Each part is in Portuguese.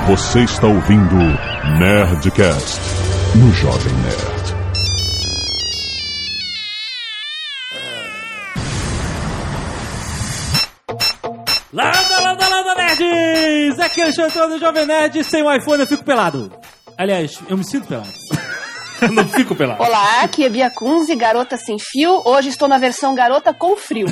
Você está ouvindo Nerdcast no Jovem Nerd. Landa, nerds! Aqui é o Xantão do Jovem Nerd. Sem o iPhone eu fico pelado. Aliás, eu me sinto pelado. Eu não fico pelado. Olá, aqui é Bia Kunze, garota sem fio. Hoje estou na versão garota com frio.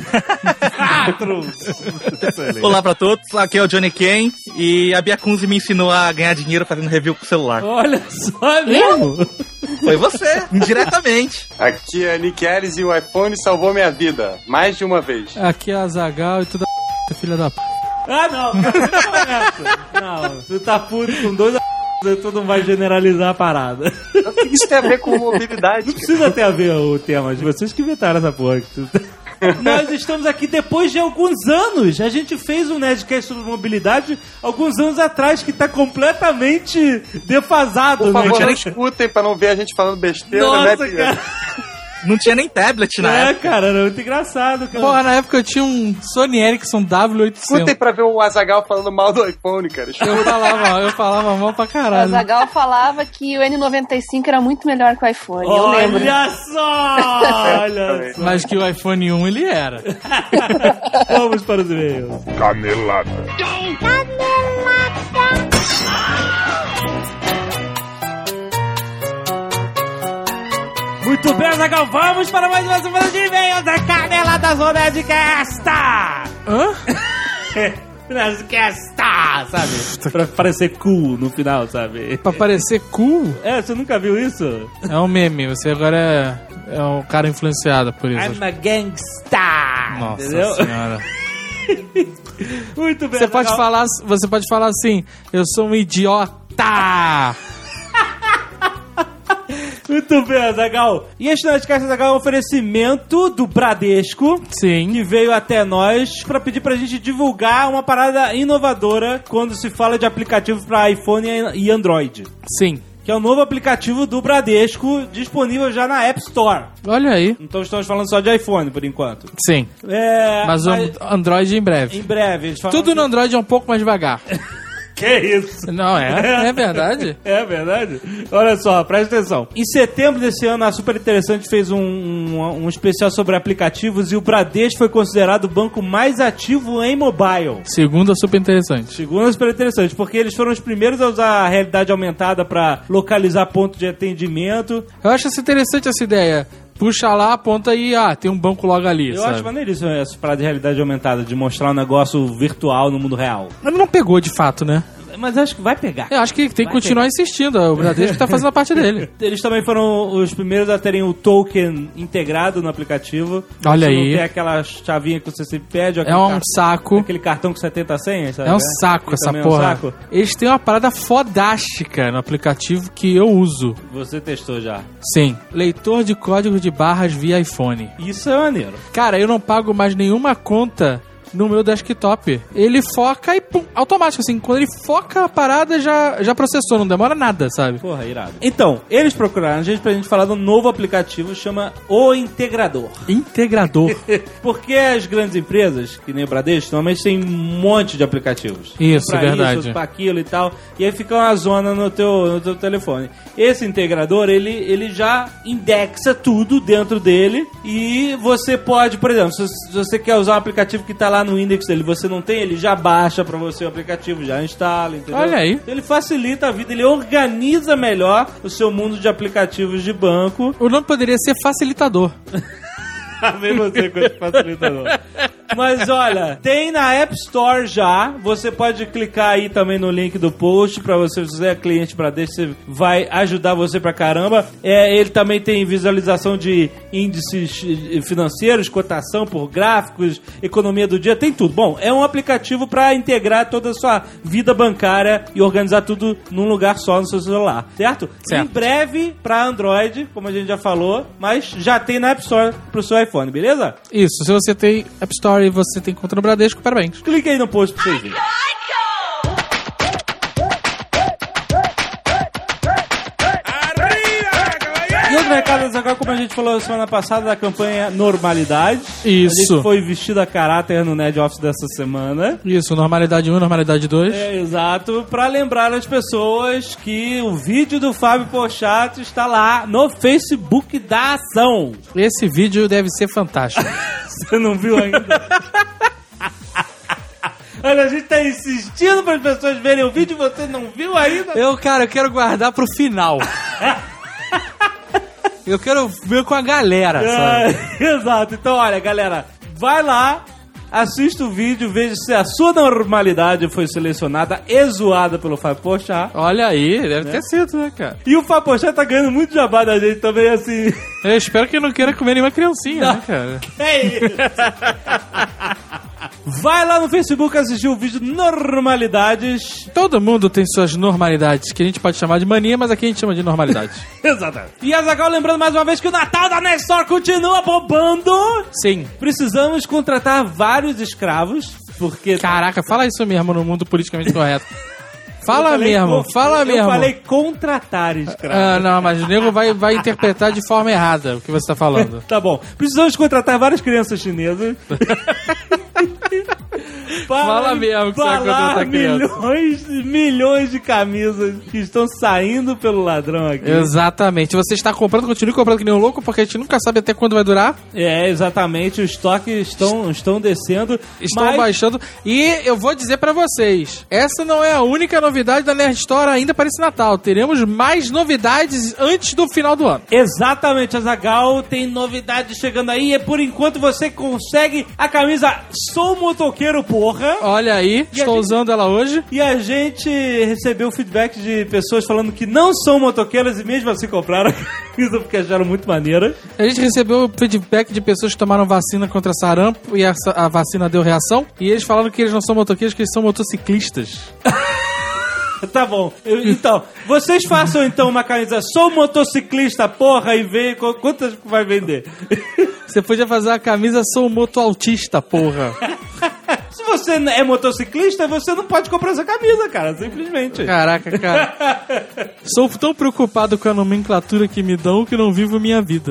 Olá pra todos, aqui é o Johnny Ken. E a Bia Kunze me ensinou a ganhar dinheiro fazendo review com o celular. Olha só, mesmo? Foi você, indiretamente. Aqui é Nick Ellis e o iPhone salvou minha vida, mais de uma vez. Aqui é a Azaghal e tudo filha da p... Ah, não, não, você tá puto com dois tu não vai generalizar a parada. O que isso tem a ver com mobilidade? Não precisa ter a ver o tema de vocês que inventaram essa porra. Nós estamos aqui depois de alguns anos. A gente fez um Nerdcast sobre mobilidade alguns anos atrás, que tá completamente defasado. Por favor, né? não escutem pra não ver a gente falando besteira. Nossa, né, cara. Não tinha nem tablet na época. Cara, era muito engraçado, cara. Porra, na época eu tinha um Sony Ericsson W800. Escutem pra ver o Azaghal falando mal do iPhone, cara. Eu falava mal pra O caralho. Azaghal falava que o N95 era muito melhor que o iPhone, eu lembro. Olha só! Mas que o iPhone 1 ele era. Vamos para os e-mails. Canelada. Muito bem, Azaghal, vamos para mais uma semana de e-mails da Canelada Zona Nerdcast! Hã? Nerdcast, sabe? Pra parecer cool no final, sabe? Pra parecer cool? É, você nunca viu isso? É um meme, você agora é um cara influenciado por isso. I'm a gangsta! Nossa entendeu? senhora. Muito bem, Você pode falar assim, eu sou um idiota! Muito bem, Azaghal. E este Nerdcast, Azaghal, é um oferecimento do Bradesco. Sim. Que veio até nós pra pedir pra gente divulgar uma parada inovadora quando se fala de aplicativos pra iPhone e Android. Sim. Que é o novo aplicativo do Bradesco, disponível já na App Store. Olha aí. Então estamos falando só de iPhone, por enquanto. Sim. Mas o Android em breve. Em breve. Eles falam Tudo no Android é um pouco mais devagar. Que isso? Não, é verdade? É verdade? Olha só, presta atenção. Em setembro desse ano, a Super Interessante fez um especial sobre aplicativos e o Bradesco foi considerado o banco mais ativo em mobile. Segundo a Super Interessante. Segundo a Super Interessante, porque eles foram os primeiros a usar a realidade aumentada para localizar ponto de atendimento. Eu acho interessante essa ideia. Puxa lá, aponta e tem um banco logo ali. Eu acho maneiríssimo essa parada de realidade aumentada, de mostrar um negócio virtual no mundo real. Mas não pegou de fato, né? Mas acho que vai pegar. Eu acho que tem que continuar insistindo. O Bradesco tá fazendo a parte dele. Eles também foram os primeiros a terem o token integrado no aplicativo. Olha aí. Não tem aquela chavinha que você sempre pede. É um saco. Aquele cartão com 70 senhas, sabe? É um saco essa porra. É um saco. Eles têm uma parada fodástica no aplicativo que eu uso. Você testou já? Sim. Leitor de código de barras via iPhone. Isso é maneiro. Cara, eu não pago mais nenhuma conta no meu desktop. Ele foca e pum, automático, assim. Quando ele foca a parada, já processou. Não demora nada, sabe? Porra, irado. Então, eles procuraram a gente pra gente falar de um novo aplicativo, chama O Integrador. Integrador. Porque as grandes empresas, que nem o Bradesco, normalmente tem um monte de aplicativos. Isso, pra verdade. Isso, pra aquilo e tal. E aí fica uma zona no teu telefone. Esse integrador, ele já indexa tudo dentro dele e você pode, por exemplo, se você quer usar um aplicativo que tá lá no index dele, você não tem, ele já baixa pra você o aplicativo, já instala, entendeu? Olha aí. Então ele facilita a vida, ele organiza melhor o seu mundo de aplicativos de banco. O nome poderia ser facilitador. Vem você com esse facilitador. Mas olha, tem na App Store já. Você pode clicar aí também no link do post pra você, se você é cliente Bradesco, você vai ajudar você pra caramba. Ele também tem visualização de índices financeiros, cotação por gráficos, economia do dia, tem tudo. Bom, é um aplicativo pra integrar toda a sua vida bancária e organizar tudo num lugar só no seu celular, certo? Em breve pra Android, como a gente já falou, mas já tem na App Store pro seu iPhone, beleza? Isso, se você tem App Store e você tem conta no Bradesco, parabéns. Clique aí no post pra vocês verem. E outro último recado, Zagal, como a gente falou semana passada, da campanha Normalidade. Isso. A gente foi vestido a caráter no Nerd Office dessa semana. Isso, normalidade 1, normalidade 2. Exato, pra lembrar as pessoas que o vídeo do Fábio Porchat está lá no Facebook da ação. Esse vídeo deve ser fantástico. Você não viu ainda? Olha, a gente tá insistindo para as pessoas verem o vídeo e você não viu ainda? Eu quero guardar pro final. Eu quero ver com a galera, sabe? Exato. Então, olha, galera, vai lá, assista o vídeo, veja se a sua normalidade foi selecionada e zoada pelo Fábio Porchat. Olha aí, deve ter sido, né, cara? E o Fábio Porchat tá ganhando muito jabá da gente também, assim. Eu espero que ele não queira comer nenhuma criancinha, né, cara? É isso. Vai lá no Facebook assistir o vídeo Normalidades. Todo mundo tem suas normalidades, que a gente pode chamar de mania, mas aqui a gente chama de normalidade. Exatamente. E Azaghal, lembrando mais uma vez que o Natal da Nerd Store continua bombando. Sim. Precisamos contratar vários escravos, porque... Caraca, fala isso mesmo no mundo politicamente correto. Fala eu mesmo. falei contratar escravos. Ah, não, mas o nego vai interpretar de forma errada o que você tá falando. Tá bom. Precisamos contratar várias crianças chinesas. Fala mesmo que você vai contratar crianças. milhões de camisas que estão saindo pelo ladrão aqui. Exatamente. Você está comprando, continue comprando que nem um louco, porque a gente nunca sabe até quando vai durar. É, exatamente. Os estoques estão descendo. Estão baixando. E eu vou dizer pra vocês, essa não é a única novidade da Nerd Store ainda para esse Natal. Teremos mais novidades antes do final do ano. Exatamente, Azaghal, tem novidades chegando aí. E por enquanto você consegue a camisa Sou Motoqueiro Porra. Olha aí, estou usando ela hoje. E a gente recebeu feedback de pessoas falando que não são motoqueiras e mesmo assim compraram a camisa porque acharam muito maneira. A gente recebeu feedback de pessoas que tomaram vacina contra sarampo e a vacina deu reação. E eles falaram que eles não são motoqueiros, que eles são motociclistas. Tá bom. Então, vocês façam então uma camisa Sou Motociclista Porra e vejam quantas vai vender. Você podia fazer a camisa Sou Motoautista Porra. Se você é motociclista, você não pode comprar essa camisa, cara, simplesmente. Caraca, cara. Sou tão preocupado com a nomenclatura que me dão que não vivo minha vida.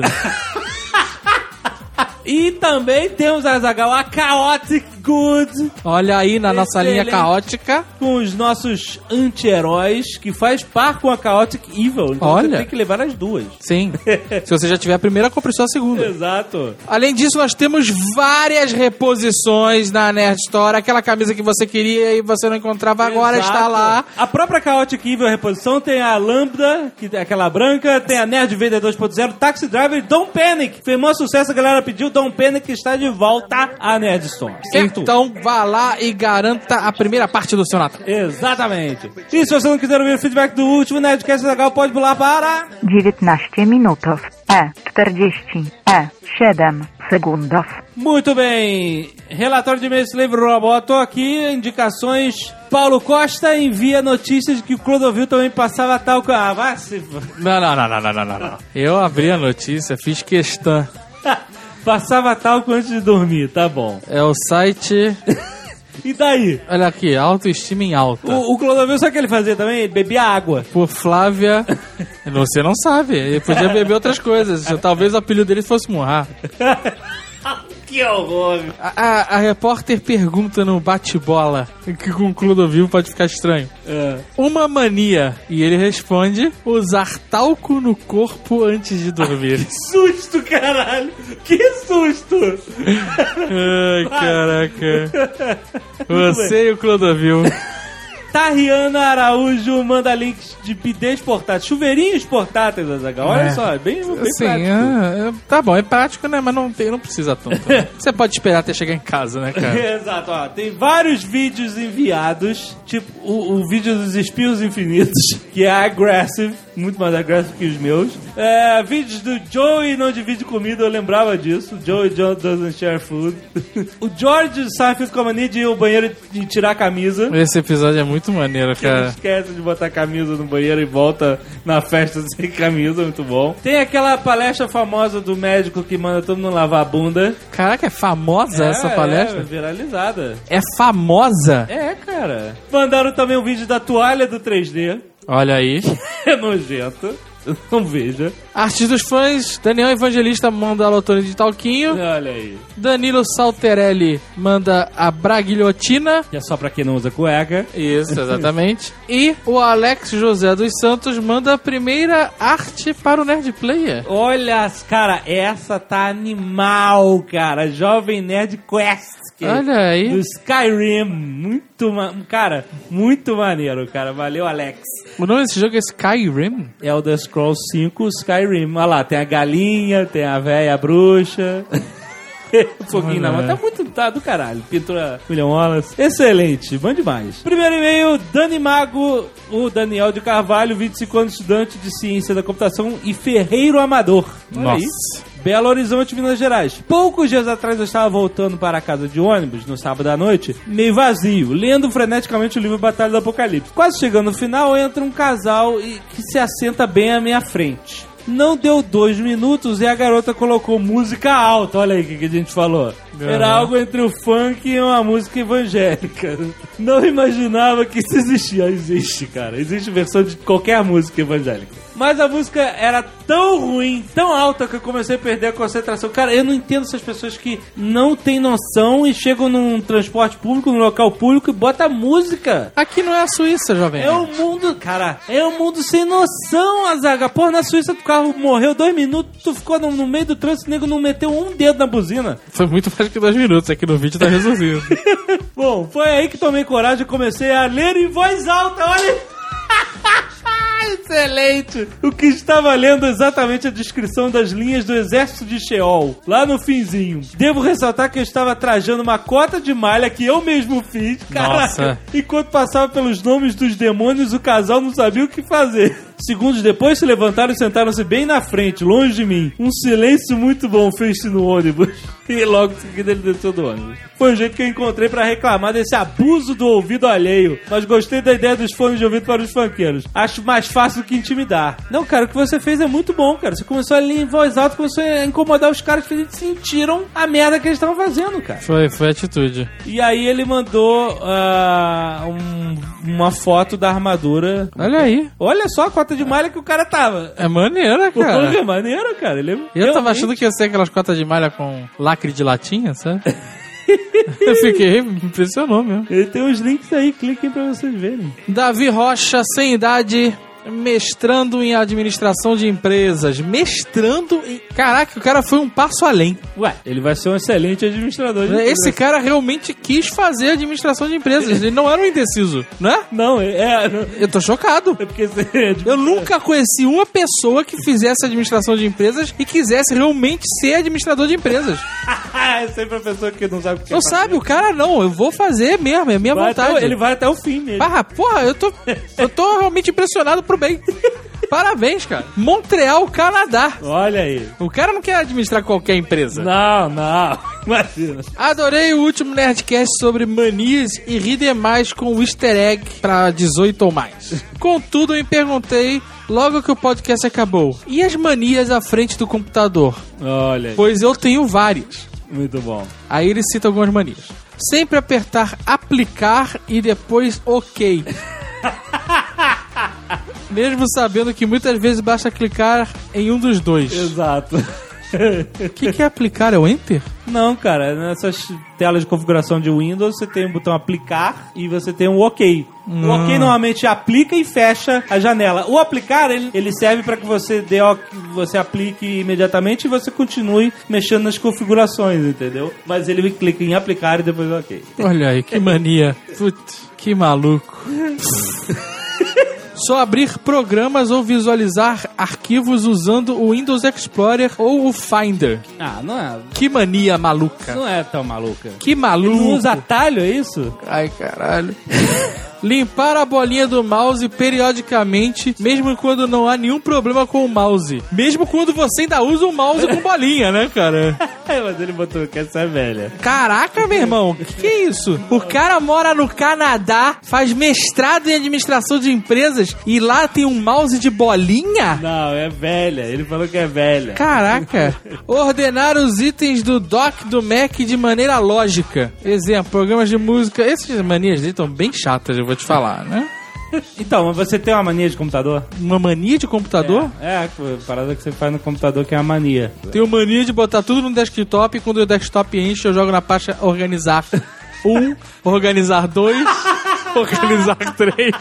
E também temos a Azaghal, a Chaotic Good. Olha aí na nossa linha caótica. Com os nossos anti-heróis, que faz par com a Chaotic Evil. Então olha, você tem que levar as duas. Sim. Se você já tiver a primeira, compre só a segunda. Exato. Além disso, nós temos várias reposições na Nerd Store. Aquela camisa que você queria e você não encontrava, agora está lá. A própria Chaotic Evil reposição tem a Lambda, que é aquela branca, tem a Nerd Vader 2.0, Taxi Driver e Don't Panic. Fez maior sucesso, a galera pediu. Don't Panic está de volta à Nerd Store. Certo? Então vá lá e garanta a primeira parte do seu Natal. Exatamente. E se você não quiser ouvir o feedback do último Nerdcast Azaghal, pode pular para 19 minutów, 7 sekundów. Muito bem. Relatório de e-mail Slave Robot. Tô aqui, indicações. Paulo Costa envia notícias de que o Clodovil também passava tal... Ah, vai se... Não. Eu abri a notícia, fiz questão. Passava talco antes de dormir, tá bom. É o site... E daí? Olha aqui, autoestima em alta. O Clodovil, sabe o que ele fazia também? Ele bebia água. Por Flávia... Você não sabe, ele podia beber outras coisas. Talvez o apelido dele fosse Murra. Que horror! A repórter pergunta no bate-bola, que com o Clodovil pode ficar estranho. Uma mania. E ele responde: usar talco no corpo antes de dormir. Que susto, caralho! Que susto! Ai, caraca. Você e o Clodovil. Tariana Araújo manda links de bidês portáteis, chuveirinhos portáteis, Azaghal. Olha só, é bem sim, prático. Tá bom, é prático, né? Mas não precisa tanto. Você pode esperar até chegar em casa, né, cara? Exato, ó. Tem vários vídeos enviados, tipo o vídeo dos Espios Infinitos, que é aggressive, muito mais agressivo que os meus. Vídeos do Joey não divide comida, eu lembrava disso. Joey doesn't share food. O George Seinfeld como de ir ao banheiro e tirar a camisa. Esse episódio é muito maneiro, cara. Ele esquece de botar a camisa no banheiro e volta na festa sem camisa, muito bom. Tem aquela palestra famosa do médico que manda todo mundo lavar a bunda. Caraca, é famosa essa palestra? É, viralizada. É famosa? É, cara. Mandaram também um vídeo da toalha do 3D. Olha aí. É nojento. Não veja. Arte dos fãs, Daniel Evangelista manda a Lotone de Talquinho. Olha aí. Danilo Salterelli manda a Braguilhotina. Que é só pra quem não usa cueca. Isso, exatamente. E o Alex José dos Santos manda a primeira arte para o Nerd Player. Olha, cara, essa tá animal, cara. Jovem Nerd Quest. Olha aí. Do Skyrim. Cara, muito maneiro, cara. Valeu, Alex. O nome desse jogo é Skyrim? Elder Scrolls 5 Skyrim. Olha lá, tem a galinha, tem a véia bruxa. Foguinho na mão. Tá do caralho. Pintura William Wallace. Excelente. Bom demais. Primeiro e-mail, Dani Mago, o Daniel de Carvalho, 25 anos, estudante de Ciência da Computação e ferreiro amador. Olha Nossa. aí. Belo Horizonte, Minas Gerais. Poucos dias atrás eu estava voltando para a casa de ônibus, no sábado à noite, meio vazio, lendo freneticamente o livro Batalha do Apocalipse. Quase chegando no final, entra um casal que se assenta bem à minha frente. Não deu 2 minutos e a garota colocou música alta. Olha aí o que a gente falou. Era algo entre o funk e uma música evangélica. Não imaginava que isso existia. Existe, cara. Existe versão de qualquer música evangélica. Mas a música era tão ruim, tão alta, que eu comecei a perder a concentração. Cara, eu não entendo essas pessoas que não têm noção e chegam num transporte público, num local público e botam música. Aqui não é a Suíça, jovem. É o mundo, cara, é um mundo sem noção, Azaghal. Porra, na Suíça o carro morreu 2 minutos, tu ficou no meio do trânsito, o nego não meteu um dedo na buzina. Foi muito mais que 2 minutos, aqui no vídeo tá resolvido. Bom, foi aí que tomei coragem e comecei a ler em voz alta, olha. Excelente! O que estava lendo exatamente a descrição das linhas do exército de Sheol, lá no finzinho. Devo ressaltar que eu estava trajando uma cota de malha que eu mesmo fiz. Caraca! Enquanto passava pelos nomes dos demônios, o casal não sabia o que fazer. Segundos depois, se levantaram e sentaram-se bem na frente, longe de mim. Um silêncio muito bom fez-se no ônibus. E logo em seguida ele desceu do ônibus. Foi o jeito que eu encontrei pra reclamar desse abuso do ouvido alheio. Mas gostei da ideia dos fones de ouvido para os funkeiros. Acho mais fácil do que intimidar. Não, cara, o que você fez é muito bom, cara. Você começou a ler em voz alta, começou a incomodar os caras que eles sentiram a merda que eles estavam fazendo, cara. Foi atitude. E aí ele mandou uma foto da armadura. Olha aí. Olha só a cota de malha que o cara tava. É maneira, cara. É maneira, cara. Eu tava achando que ia ser aquelas cotas de malha com lacre de latinha, sabe? Eu fiquei, impressionou mesmo. Ele tem uns links aí, cliquem pra vocês verem. Davi Rocha, sem idade, mestrando em administração de empresas. Caraca, o cara foi um passo além. Ué, ele vai ser um excelente administrador de empresas. Esse cara realmente quis fazer administração de empresas. Ele não era um indeciso, não é? Não, Eu tô chocado. É porque eu nunca conheci uma pessoa que fizesse administração de empresas e quisesse realmente ser administrador de empresas. É sempre a pessoa que não sabe o que não sabe, o cara não. Eu vou fazer mesmo, é minha vontade. Ele vai até o fim mesmo. Porra, eu tô realmente impressionado pro bem. Parabéns, cara. Montreal, Canadá. Olha aí. O cara não quer administrar qualquer empresa. Não. Imagina. Adorei o último Nerdcast sobre manias e ri demais com o easter egg pra 18 ou mais. Contudo, eu me perguntei logo que o podcast acabou. E as manias à frente do computador? Olha aí. Pois eu tenho várias. Muito bom. Aí ele cita algumas manias. Sempre apertar aplicar e depois OK. Mesmo sabendo que muitas vezes basta clicar em um dos dois. Exato. O que é aplicar? É o Enter? Não, cara. Nessas telas de configuração de Windows, você tem o botão aplicar e você tem o OK. O OK normalmente aplica e fecha a janela. O aplicar, ele serve para que você você aplique imediatamente e você continue mexendo nas configurações, entendeu? Mas ele clica em aplicar e depois OK. Olha aí, que mania. Putz, que maluco. Só abrir programas ou visualizar arquivos usando o Windows Explorer ou o Finder. Não é. Que mania maluca. Não é tão maluca. Que maluco. Ele não usa atalho, é isso? Ai, caralho. Limpar a bolinha do mouse periodicamente, mesmo quando não há nenhum problema com o mouse. Mesmo quando você ainda usa o mouse com bolinha, né, cara? Mas ele botou que essa é velha. Caraca, meu irmão, que é isso? O cara mora no Canadá, faz mestrado em administração de empresas e lá tem um mouse de bolinha? Não, é velha. Ele falou que é velha. Caraca. Ordenar os itens do dock do Mac de maneira lógica. Exemplo, programas de música. Essas manias dele estão bem chatas, eu vou te falar, né? Então, mas você tem uma mania de computador? Uma mania de computador? É, parada que você faz no computador que é a mania. Tenho mania de botar tudo no desktop e quando o desktop enche eu jogo na pasta organizar 1, organizar 2, organizar 3.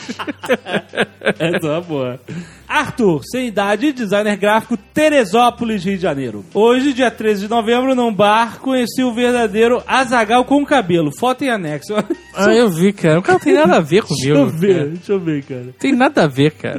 Essa é uma boa. Arthur, sem idade, designer gráfico, Teresópolis, Rio de Janeiro. Hoje, dia 13 de novembro, num bar, conheci o verdadeiro Azaghal com cabelo. Foto em anexo. Ah, eu vi, cara. O cara não tem nada a ver comigo. Deixa eu ver, cara. Tem nada a ver, cara.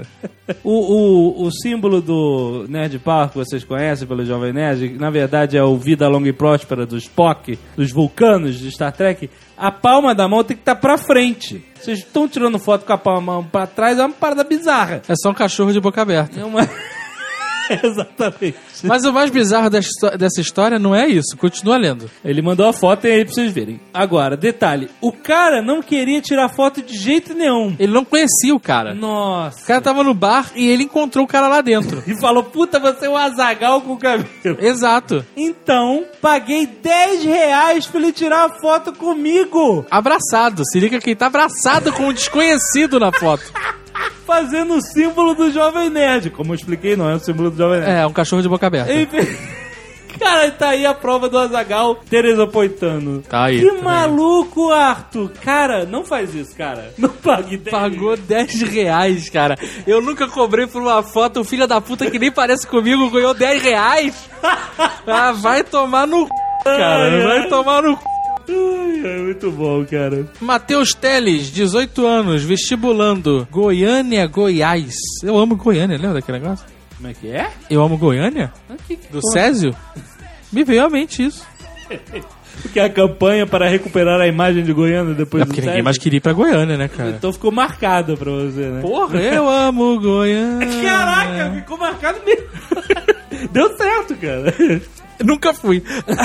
O símbolo do Nerd Power que vocês conhecem pelo Jovem Nerd, na verdade é o Vida Longa e Próspera do Spock, dos vulcanos de Star Trek. A palma da mão tem que estar pra frente. Vocês estão tirando foto com a palma da mão pra trás, é uma parada bizarra. É só um cachorro de boca aberta. É uma... Exatamente. Mas o mais bizarro dessa história não é isso. Continua lendo. Ele mandou a foto aí pra vocês verem. Agora, detalhe. O cara não queria tirar foto de jeito nenhum. Ele não conhecia o cara. Nossa. O cara tava no bar e ele encontrou o cara lá dentro. E falou, puta, você é um Azaghal com cabelo. Exato. Então, paguei R$10 pra ele tirar a foto comigo. Abraçado. Se liga que ele tá abraçado com um desconhecido na foto. Fazendo o símbolo do Jovem Nerd. Como eu expliquei, não é o símbolo do Jovem Nerd. É, um cachorro de boca aberta. Cara, tá aí a prova do Azaghal Teresopoitano. Tá aí. Que maluco, Arthur. Cara, não faz isso, cara. Não pague 10. Pagou R$10, cara. Eu nunca cobrei por uma foto. O filho da puta que nem parece comigo ganhou R$10. Ah, vai tomar no c... cara. Vai tomar no c... É muito bom, cara. Matheus Teles, 18 anos, vestibulando Goiânia, Goiás. Eu amo Goiânia, lembra daquele negócio? Como é que é? Eu amo Goiânia? Do Césio? Me veio à mente isso. Porque a campanha para recuperar a imagem de Goiânia depois do porque ninguém Césio. mais queria ir pra Goiânia, né, cara? Então ficou marcado pra você, né? Porra, eu amo Goiânia. Caraca, ficou marcado mesmo. Deu certo, cara. Nunca fui.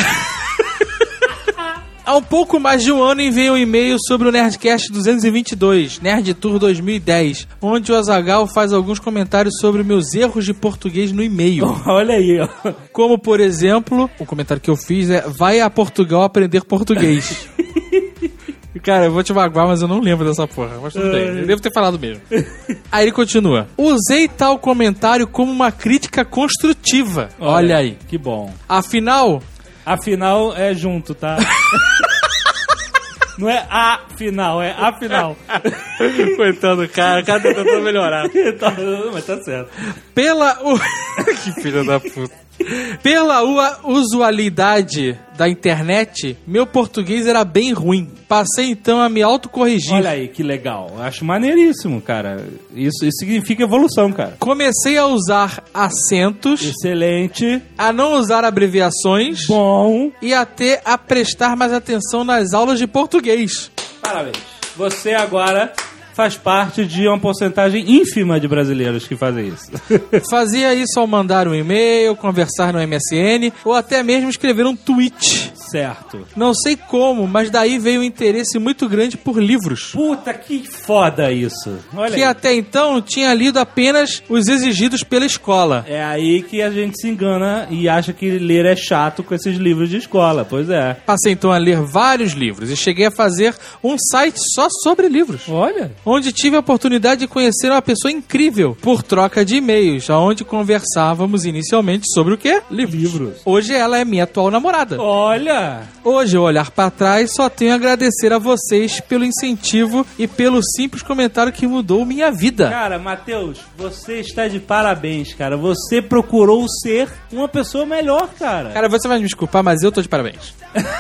Há um pouco mais de um ano enviei um e-mail sobre o Nerdcast 222, Nerd Tour 2010, onde o Azaghal faz alguns comentários sobre meus erros de português no e-mail. Olha aí, ó. Como, por exemplo, o comentário que eu fiz é: vai a Portugal aprender português. Cara, eu vou te magoar, mas eu não lembro dessa porra. Mas tudo bem, eu devo ter falado mesmo. Aí ele continua: usei tal comentário como uma crítica construtiva. Olha aí. Que bom. Afinal é junto, tá? Não é a final, é a final. Coitado do cara, o cara tá tentando melhorar. Mas tá certo. Que filho da puta. Pela usualidade da internet, meu português era bem ruim. Passei então a me autocorrigir. Olha aí, que legal. Eu acho maneiríssimo, cara. Isso significa evolução, cara. Comecei a usar acentos. Excelente. A não usar abreviações. Bom. E até a prestar mais atenção nas aulas de português. Parabéns. Você agora faz parte de uma porcentagem ínfima de brasileiros que fazem isso. Fazia isso ao mandar um e-mail, conversar no MSN ou até mesmo escrever um tweet. Certo. Não sei como, mas daí veio um interesse muito grande por livros. Puta, que foda isso. Olha que aí. até então tinha lido apenas os exigidos pela escola. É aí que a gente se engana e acha que ler é chato com esses livros de escola. Pois é. Passei então a ler vários livros e cheguei a fazer um site só sobre livros. Olha. Onde tive a oportunidade de conhecer uma pessoa incrível por troca de e-mails, onde conversávamos inicialmente sobre o quê? Livros. Hoje ela é minha atual namorada. Olha. Hoje, ao olhar pra trás, só tenho a agradecer a vocês pelo incentivo e pelo simples comentário que mudou minha vida. Cara, Matheus, você está de parabéns, cara. Você procurou ser uma pessoa melhor, cara. Cara, você vai me desculpar, mas eu tô de parabéns.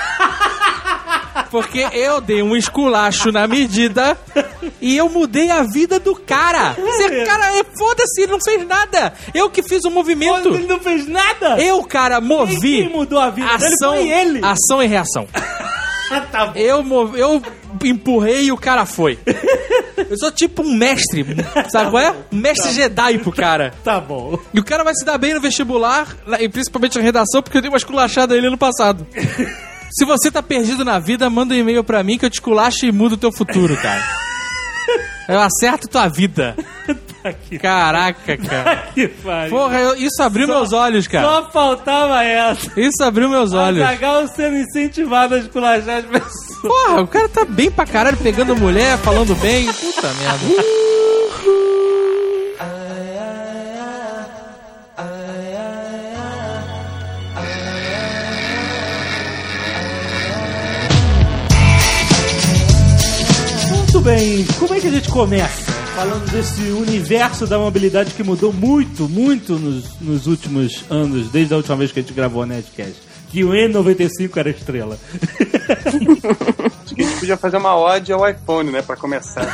Porque eu dei um esculacho na medida e eu mudei a vida do cara. Cara, foda-se, ele não fez nada. Eu que fiz o movimento. Ele não fez nada? Eu, cara, movi. Quem mudou a vida dele foi ele. Ação e reação. Tá bom. Eu empurrei e o cara foi. Eu sou tipo um mestre, sabe qual é? Um mestre Jedi pro cara. Tá bom. E o cara vai se dar bem no vestibular, e principalmente na redação, porque eu dei uma esculachada a ele ano passado. Se você tá perdido na vida, manda um e-mail pra mim que eu te esculacho e mudo o teu futuro, cara. Eu acerto tua vida. Caraca, cara. Que pariu. Porra, isso abriu meus olhos, cara. Só faltava essa. Isso abriu meus olhos. Azaghal sendo incentivado a esculachar as pessoas. Porra, o cara tá bem pra caralho, pegando mulher, falando bem. Puta merda. bem, como é que a gente começa? Falando desse universo da mobilidade que mudou muito, muito nos últimos anos, desde a última vez que a gente gravou o Nerdcast. Que o N95 era estrela. Acho que a gente podia fazer uma ode ao iPhone, né, pra começar.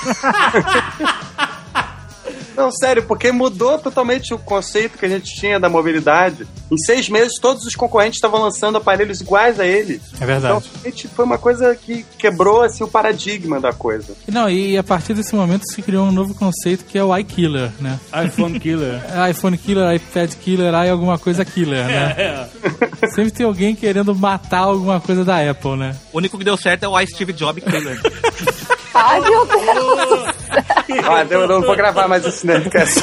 Não, sério, porque mudou totalmente o conceito que a gente tinha da mobilidade. Em 6 meses, todos os concorrentes estavam lançando aparelhos iguais a ele. É verdade. Então, foi uma coisa que quebrou assim, o paradigma da coisa. Não, e a partir desse momento se criou um novo conceito que é o iKiller, né? iPhone Killer. iPhone Killer, iPad Killer, alguma coisa Killer, né? Sempre tem alguém querendo matar alguma coisa da Apple, né? O único que deu certo é o Steve Jobs Killer. Ai, meu Deus! Eu não vou gravar mais esse Nerdcast.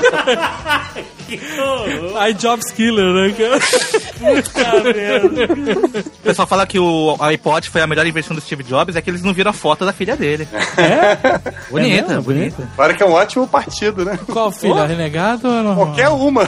iJobs Killer, né, O pessoal fala que o iPod foi a melhor invenção do Steve Jobs, é que eles não viram a foto da filha dele. Bonita, bonita. Agora que é um ótimo partido, né? Qual filha? Renegado ou normal? Qualquer uma.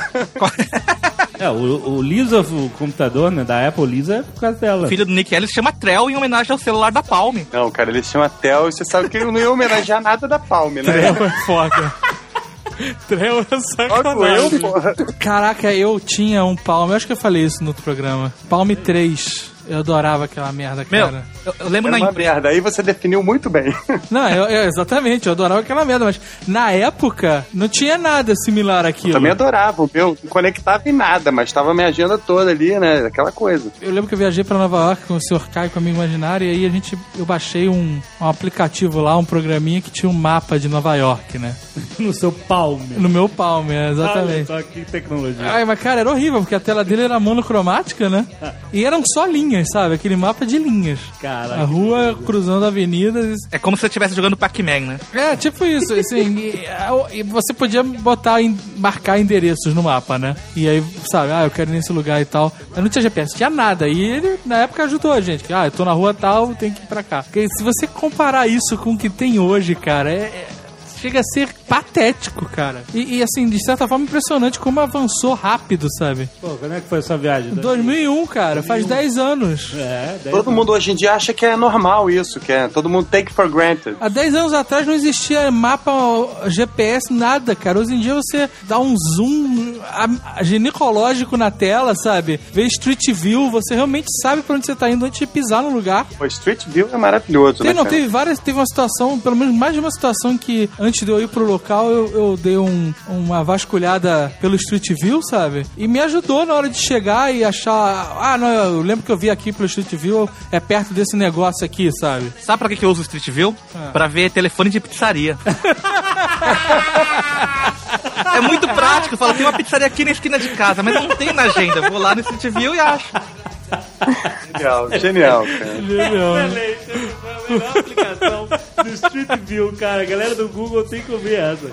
O Lisa, o computador, né, da Apple, Lisa é por causa dela. O filho do Nick Ellis chama Trell em homenagem ao celular da Palm. Não, cara, ele chama Tel e você sabe que ele não ia homenagear nada da Palm, né? Trell é foda. Trell é sacanagem. Caraca, eu tinha um Palm, eu acho que eu falei isso no outro programa. Palm 3. Eu adorava aquela merda, cara. Eu lembro na merda, aí você definiu muito bem. Não, exatamente, eu adorava aquela merda, mas na época não tinha nada similar àquilo. Eu também adorava, o meu não conectava em nada, mas tava minha agenda toda ali, né, aquela coisa. Eu lembro que eu viajei pra Nova York com o Sr. Kai, com a amiga imaginária, e aí eu baixei um aplicativo lá, um programinha que tinha um mapa de Nova York, né? No seu Palm. No meu Palm, exatamente. Olha só que tecnologia. Ai, mas cara, era horrível, porque a tela dele era monocromática, né? E eram só linhas, sabe? Aquele mapa de linhas. Caraca. A rua cruzando avenidas. É como se você estivesse jogando Pac-Man, né? É, tipo isso, assim. E você podia marcar endereços no mapa, né? E aí, sabe, eu quero ir nesse lugar e tal. Mas não tinha GPS, tinha nada. E ele, na época, ajudou a gente. Eu tô na rua tal, tenho que ir pra cá. Porque se você comparar isso com o que tem hoje, cara, chega a ser patético, cara. E assim, de certa forma, impressionante como avançou rápido, sabe? Pô, quando é que foi essa viagem? 2001, cara. 2001. Faz 10 anos. 10 todo mundo hoje em dia acha que é normal isso, que é todo mundo take for granted. Há 10 anos atrás não existia mapa, GPS, nada, cara. Hoje em dia você dá um zoom ginecológico na tela, sabe? Vê Street View, você realmente sabe pra onde você tá indo antes de pisar no lugar. O Street View é maravilhoso, né? Teve uma situação, pelo menos mais de uma situação que antes de eu ir pro local, eu dei uma vasculhada pelo Street View, sabe? E me ajudou na hora de chegar e achar... não, eu lembro que eu vi aqui pelo Street View, é perto desse negócio aqui, sabe? Sabe pra que eu uso o Street View? Pra ver telefone de pizzaria. É muito prático. Eu falo, tem uma pizzaria aqui na esquina de casa, mas não tem na agenda. Eu vou lá no Street View e acho. Genial, cara. Genial. Excelente. Foi a melhor aplicação do Street View, cara. A galera do Google tem que ouvir essa.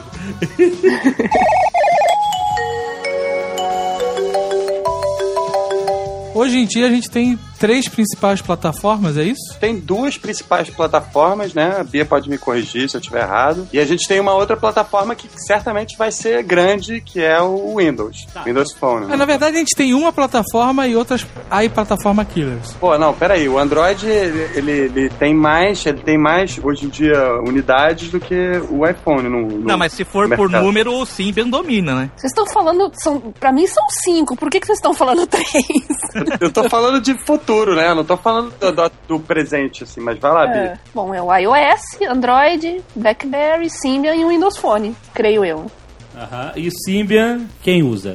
Hoje em dia a gente tem 3 principais plataformas, é isso? Tem 2 principais plataformas, né? A Bia pode me corrigir se eu estiver errado. E a gente tem uma outra plataforma que certamente vai ser grande, que é o Windows. Windows Phone. Né? Na verdade, a gente tem uma plataforma e outras plataforma killers. Pô, não, peraí. O Android, ele tem mais, hoje em dia, unidades do que o iPhone. Não, mas se for por número, o Symbian domina, né? Vocês estão falando... Pra mim são 5. Por que vocês estão falando 3? Eu tô falando de futuro, né? Eu não tô falando do presente, assim, mas vai lá, Bia. Bom, é o iOS, Android, BlackBerry, Symbian e o Windows Phone, creio eu. E o Symbian, quem usa?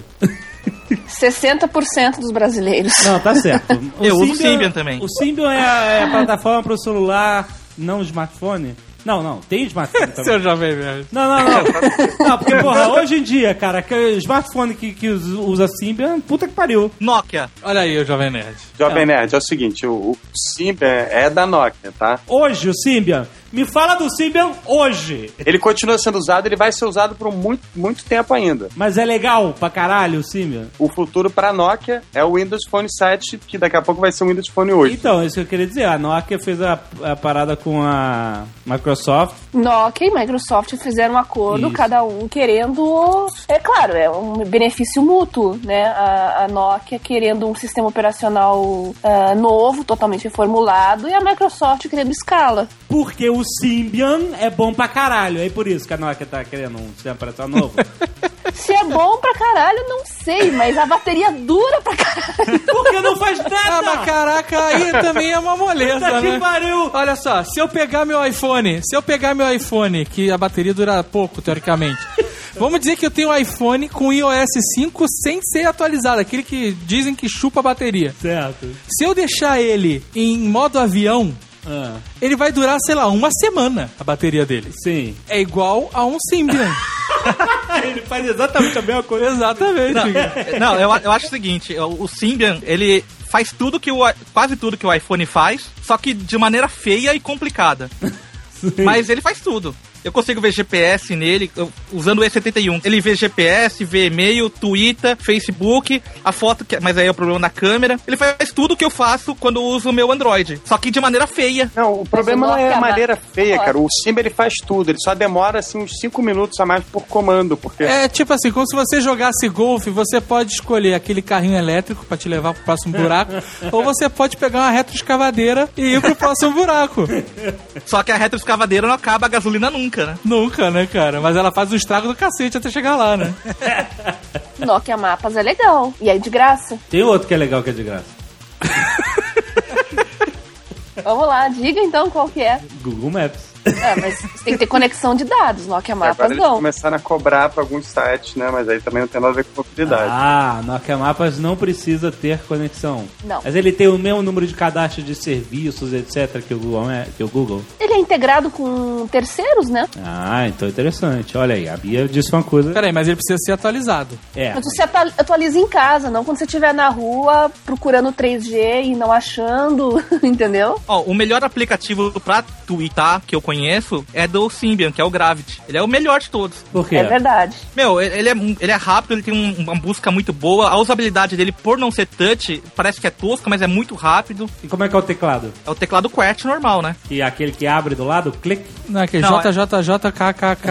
60% dos brasileiros. Não, tá certo. Eu uso o Symbian também. O Symbian é a plataforma pro celular, não o smartphone? Não, tem smartphone também. Seu Jovem Nerd. Não, porque, porra, hoje em dia, cara, que o smartphone que usa Symbian, puta que pariu. Nokia. Olha aí o Jovem Nerd. Jovem Nerd, é o seguinte, o Symbian é da Nokia, tá? Hoje, o Symbian. Me fala do Symbian hoje. Ele continua sendo usado, ele vai ser usado por muito tempo ainda. Mas é legal pra caralho o Symbian? O futuro pra Nokia é o Windows Phone 7, que daqui a pouco vai ser o Windows Phone 8. Então, isso que eu queria dizer. A Nokia fez a parada com a Microsoft. Nokia e Microsoft fizeram um acordo, cada um querendo... É claro, é um benefício mútuo, né? A Nokia querendo um sistema operacional novo, totalmente reformulado, e a Microsoft querendo escala. Porque o Symbian é bom pra caralho. É por isso que a Nokia tá querendo um sistema operacional novo. Se é bom pra caralho, não sei, mas a bateria dura pra caralho. Porque não faz nada! Ah, mas caraca, aí também é uma moleza, Puta que né? pariu! Olha só, se eu pegar meu iPhone, que a bateria dura pouco, teoricamente, vamos dizer que eu tenho um iPhone com iOS 5 sem ser atualizado, aquele que dizem que chupa a bateria. Certo. Se eu deixar ele em modo avião, ele vai durar, sei lá, uma semana, a bateria dele. Sim. É igual a um Symbian. Ele faz exatamente a mesma coisa. Exatamente. Não, eu acho o seguinte, o Symbian, ele faz quase tudo que o iPhone faz, só que de maneira feia e complicada. Mas ele faz tudo. Eu consigo ver GPS nele, usando o E71. Ele vê GPS, vê e-mail, Twitter, Facebook, a foto, mas aí é o problema da câmera. Ele faz tudo que eu faço quando eu uso o meu Android, só que de maneira feia. Não, o problema não é a maneira feia, cara. O Symbian, ele faz tudo. Ele só demora, assim, uns 5 minutos a mais por comando, porque... É tipo assim, como se você jogasse golfe, você pode escolher aquele carrinho elétrico pra te levar pro próximo buraco, ou você pode pegar uma retroescavadeira e ir pro próximo buraco. Só que a retroescavadeira não acaba a gasolina nunca, né? Nunca, né, cara? Mas ela faz um estrago do cacete até chegar lá, né? Nokia Mapas é legal. E aí de graça. Tem outro que é legal que é de graça. Vamos lá, diga então qual que é. Google Maps. Mas você tem que ter conexão de dados. Nokia Mapas agora eles não. começaram a cobrar pra alguns sites, né? Mas aí também não tem nada a ver com mobilidade. Ah, Nokia Mapas não precisa ter conexão. Não. Mas ele tem o mesmo número de cadastro de serviços, etc. que o Google. Ele é integrado com terceiros, né? Ah, então interessante. Olha aí, a Bia disse uma coisa. Peraí, mas ele precisa ser atualizado. É. Mas você atualiza em casa, não quando você estiver na rua procurando 3G e não achando, entendeu? Ó, o melhor aplicativo pra twittar que eu conheço é do Symbian, que é o Gravity. Ele é o melhor de todos. Por quê? É verdade. Meu, ele é rápido, ele tem uma busca muito boa. A usabilidade dele, por não ser touch, parece que é tosca, mas é muito rápido. E como é que é o teclado? É o teclado QWERTY normal, né? E aquele que abre do lado, clique? Não, aquele Não, JJJKKK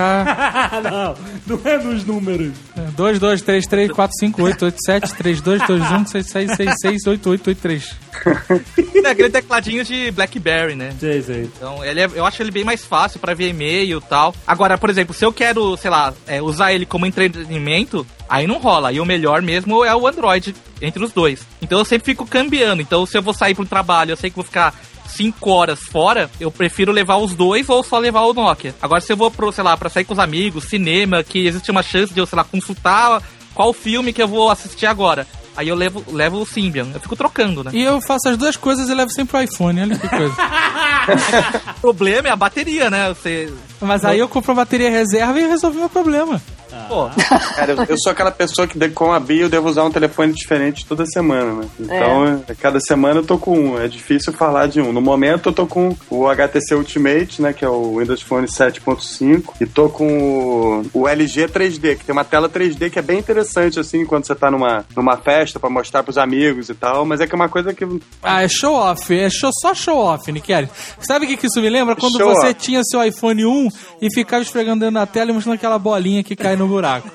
não é nos números. 2, 2, 3, 3, 4, 5, 8, 8, 7, 3, 2, 2, 1, 6, 6, 6, 6, 8, 8, 8, 3. É aquele tecladinho de BlackBerry, né? Sei. Então, eu acho ele bem mais fácil pra ver e-mail e tal. Agora, por exemplo, se eu quero, sei lá, usar ele como entretenimento, aí não rola. E o melhor mesmo é o Android entre os dois. Então eu sempre fico cambiando. Então se eu vou sair pro trabalho, eu sei que vou ficar 5 horas fora, eu prefiro levar os dois ou só levar o Nokia. Agora se eu vou pro, sei lá, pra sair com os amigos, cinema, que existe uma chance de eu, sei lá, consultar qual filme que eu vou assistir agora. Aí eu levo o Symbian. Eu fico trocando, né? E eu faço as duas coisas e levo sempre o iPhone. Olha que coisa. O problema é a bateria, né? Mas aí eu compro a bateria reserva e resolvi meu problema. Pô. Cara, eu sou aquela pessoa que com a Bia eu devo usar um telefone diferente toda semana, né? Então, cada semana eu tô com um. É difícil falar de um. No momento eu tô com o HTC Ultimate, né? Que é o Windows Phone 7.5. E tô com o LG 3D, que tem uma tela 3D que é bem interessante, assim, quando você tá numa festa pra mostrar pros amigos e tal. Mas é que é uma coisa que... Ah, é show off. Só show off, Niqueli. Sabe o que isso me lembra? Quando Show você off. tinha seu iPhone 1 e ficava esfregando dentro da tela e mostrando aquela bolinha que cai no buraco.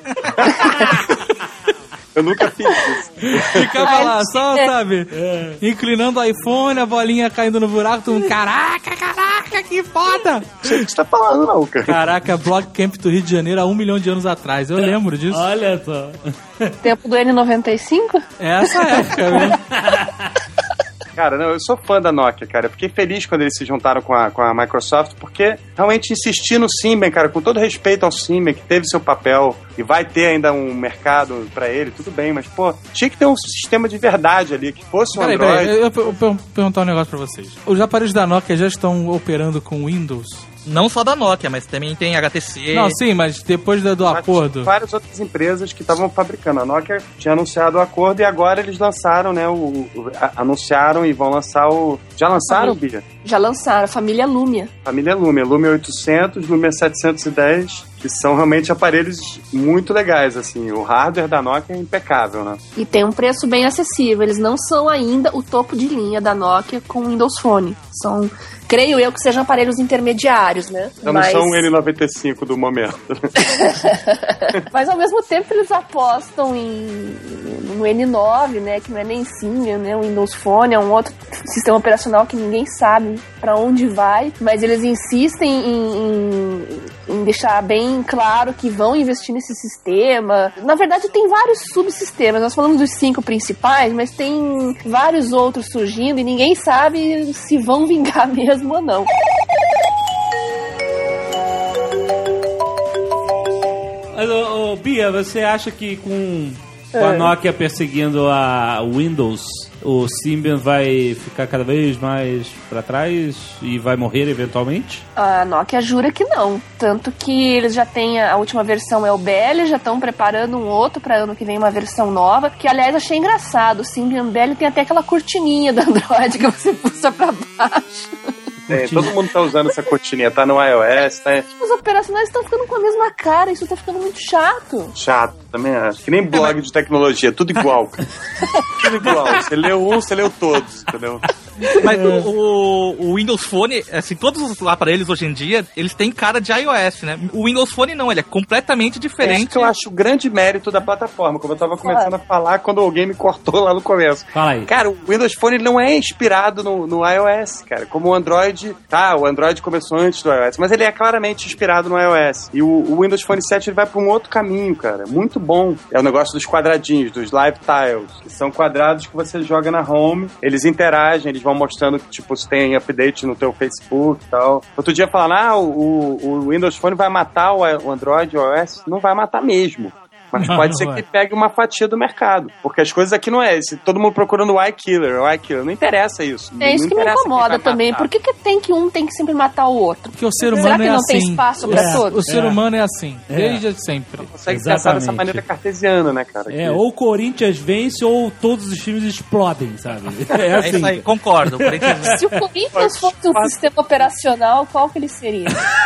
Eu nunca fiz isso. Ficava lá, só, sabe, inclinando o iPhone, a bolinha caindo no buraco, todo mundo, caraca, que foda! Não sei o que você tá falando, não, cara. Caraca, Blog Camp do Rio de Janeiro há 1 milhão de anos atrás, eu lembro disso. Olha só. Tempo do N95? É essa época, viu? Cara, não, eu sou fã da Nokia, cara. Eu fiquei feliz quando eles se juntaram com a Microsoft, porque realmente insistir no Symbian, cara, com todo respeito ao Symbian, que teve seu papel e vai ter ainda um mercado pra ele, tudo bem, mas, pô, tinha que ter um sistema de verdade ali, que fosse um Android. Peraí, eu vou perguntar um negócio pra vocês. Os aparelhos da Nokia já estão operando com Windows? Não só da Nokia, mas também tem HTC. Não, sim, mas depois do Mas acordo. tinha várias outras empresas que estavam fabricando. A Nokia tinha anunciado o acordo e agora eles lançaram, né? Anunciaram e vão lançar o... Já lançaram, Bia? Já lançaram, a família Lumia. Família Lumia. Lumia 800, Lumia 710, que são realmente aparelhos muito legais, assim. O hardware da Nokia é impecável, né? E tem um preço bem acessível. Eles não são ainda o topo de linha da Nokia com Windows Phone. São, creio eu, que sejam aparelhos intermediários, né? Então não são o N95 do momento. Mas ao mesmo tempo eles apostam no no N9, né, que não é nem Symbian, né, o Windows Phone é um outro sistema operacional que ninguém sabe pra onde vai, mas eles insistem em deixar bem claro que vão investir nesse sistema. Na verdade, tem vários subsistemas. Nós falamos dos 5 principais, mas tem vários outros surgindo e ninguém sabe se vão vingar mesmo ou não. Mas, Bia, você acha que com a Nokia perseguindo a Windows, o Symbian vai ficar cada vez mais pra trás e vai morrer eventualmente? A Nokia jura que não. Tanto que eles já têm a última versão é o Belly, já estão preparando um outro pra ano que vem, uma versão nova, que aliás achei engraçado. O Symbian Belly tem até aquela cortininha do Android que você puxa pra baixo. Todo mundo tá usando essa cortininha, tá no iOS, tá? Os operacionais estão ficando com a mesma cara, isso tá ficando muito chato. Chato, também acho. Que nem blog de tecnologia, tudo igual, cara. Tudo igual. Você leu um, você leu todos, entendeu? Mas o Windows Phone, assim, todos os aparelhos hoje em dia, eles têm cara de iOS, né? O Windows Phone não, ele é completamente diferente. É isso que eu acho o grande mérito da plataforma, como eu tava começando a falar quando alguém me cortou lá no começo. Fala aí. Cara, o Windows Phone não é inspirado no iOS, cara. Como o Android, o Android começou antes do iOS, mas ele é claramente inspirado no iOS. E o Windows Phone 7 ele vai pra um outro caminho, cara. Muito bom. É o negócio dos quadradinhos, dos live tiles, que são quadrados que você joga na home, eles interagem, eles vão mostrando que, tipo, se tem update no teu Facebook e tal. Outro dia falando, o Windows Phone vai matar o Android, o iOS. Não vai matar mesmo. Mas pode ser que ele pegue uma fatia do mercado. Porque as coisas aqui não é esse. Todo mundo procurando o iKiller. Não interessa isso. É isso que me incomoda também. Por que um tem que sempre matar o outro? Porque o ser humano Será que não assim. tem espaço pra todos? O ser humano é assim. Desde sempre. Consegue pensar dessa maneira cartesiana, né, cara? Ou o Corinthians vence ou todos os times explodem, sabe? É assim. É isso aí, concordo. Se o Corinthians fosse um sistema operacional, qual que ele seria?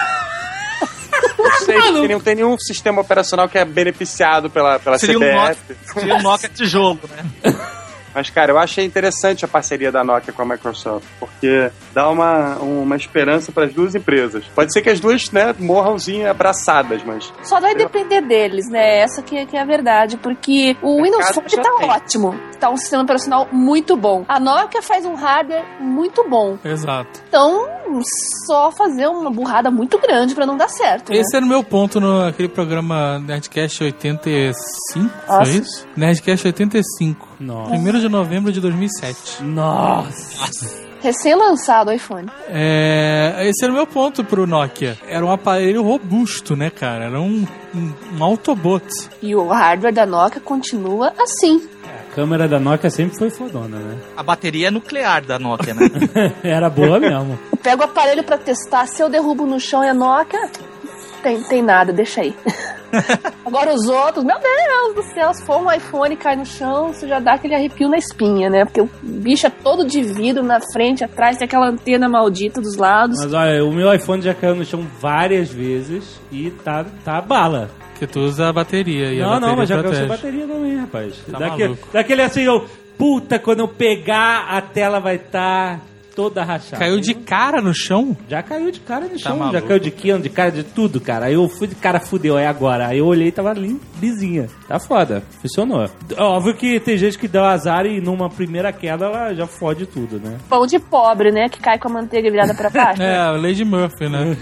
Não sei, porque não tem nenhum sistema operacional que é beneficiado pela CBF. Seria um Nokia tijolo, né? Mas, cara, eu achei interessante a parceria da Nokia com a Microsoft, porque dá uma esperança para as duas empresas. Pode ser que as duas, né, morramzinho abraçadas, mas... Só vai depender deles, né? Essa que é a verdade, porque o Windows Phone tá ótimo. Tá um sistema operacional muito bom. A Nokia faz um hardware muito bom. Exato. Então, só fazer uma burrada muito grande pra não dar certo, né? Esse era o meu ponto naquele programa Nerdcast 85, Nossa. foi isso? Nerdcast 85. Nossa. 1º de novembro de 2007. Nossa. Recém-lançado o iPhone. Esse era o meu ponto pro Nokia. Era um aparelho robusto, né, cara? Era um Autobot. E o hardware da Nokia continua assim. A câmera da Nokia sempre foi fodona, né? A bateria nuclear da Nokia, né? Era boa mesmo. Eu pego o aparelho pra testar, se eu derrubo no chão e a Nokia... Tem nada, deixa aí. Agora os outros, meu Deus do céu, se for um iPhone e cai no chão, você já dá aquele arrepio na espinha, né? Porque o bicho é todo de vidro na frente, atrás, tem aquela antena maldita dos lados. Mas olha, o meu iPhone já caiu no chão várias vezes e tá bala. Porque tu usa a bateria. E Não, mas já caiu protege. sem bateria também, rapaz. Tá daquele assim, puta, quando eu pegar, a tela vai estar... toda rachada. Caiu de cara no chão? Já caiu de cara no chão, maluco. já caiu de quino, de cara, de tudo, cara. Aí eu fui de cara, fudeu, aí agora. Aí eu olhei e tava lisinha. Tá foda, funcionou. Óbvio que tem gente que dá azar e numa primeira queda ela já fode tudo, né? Pão de pobre, né? Que cai com a manteiga virada pra baixo. É, o Lady Murphy, né?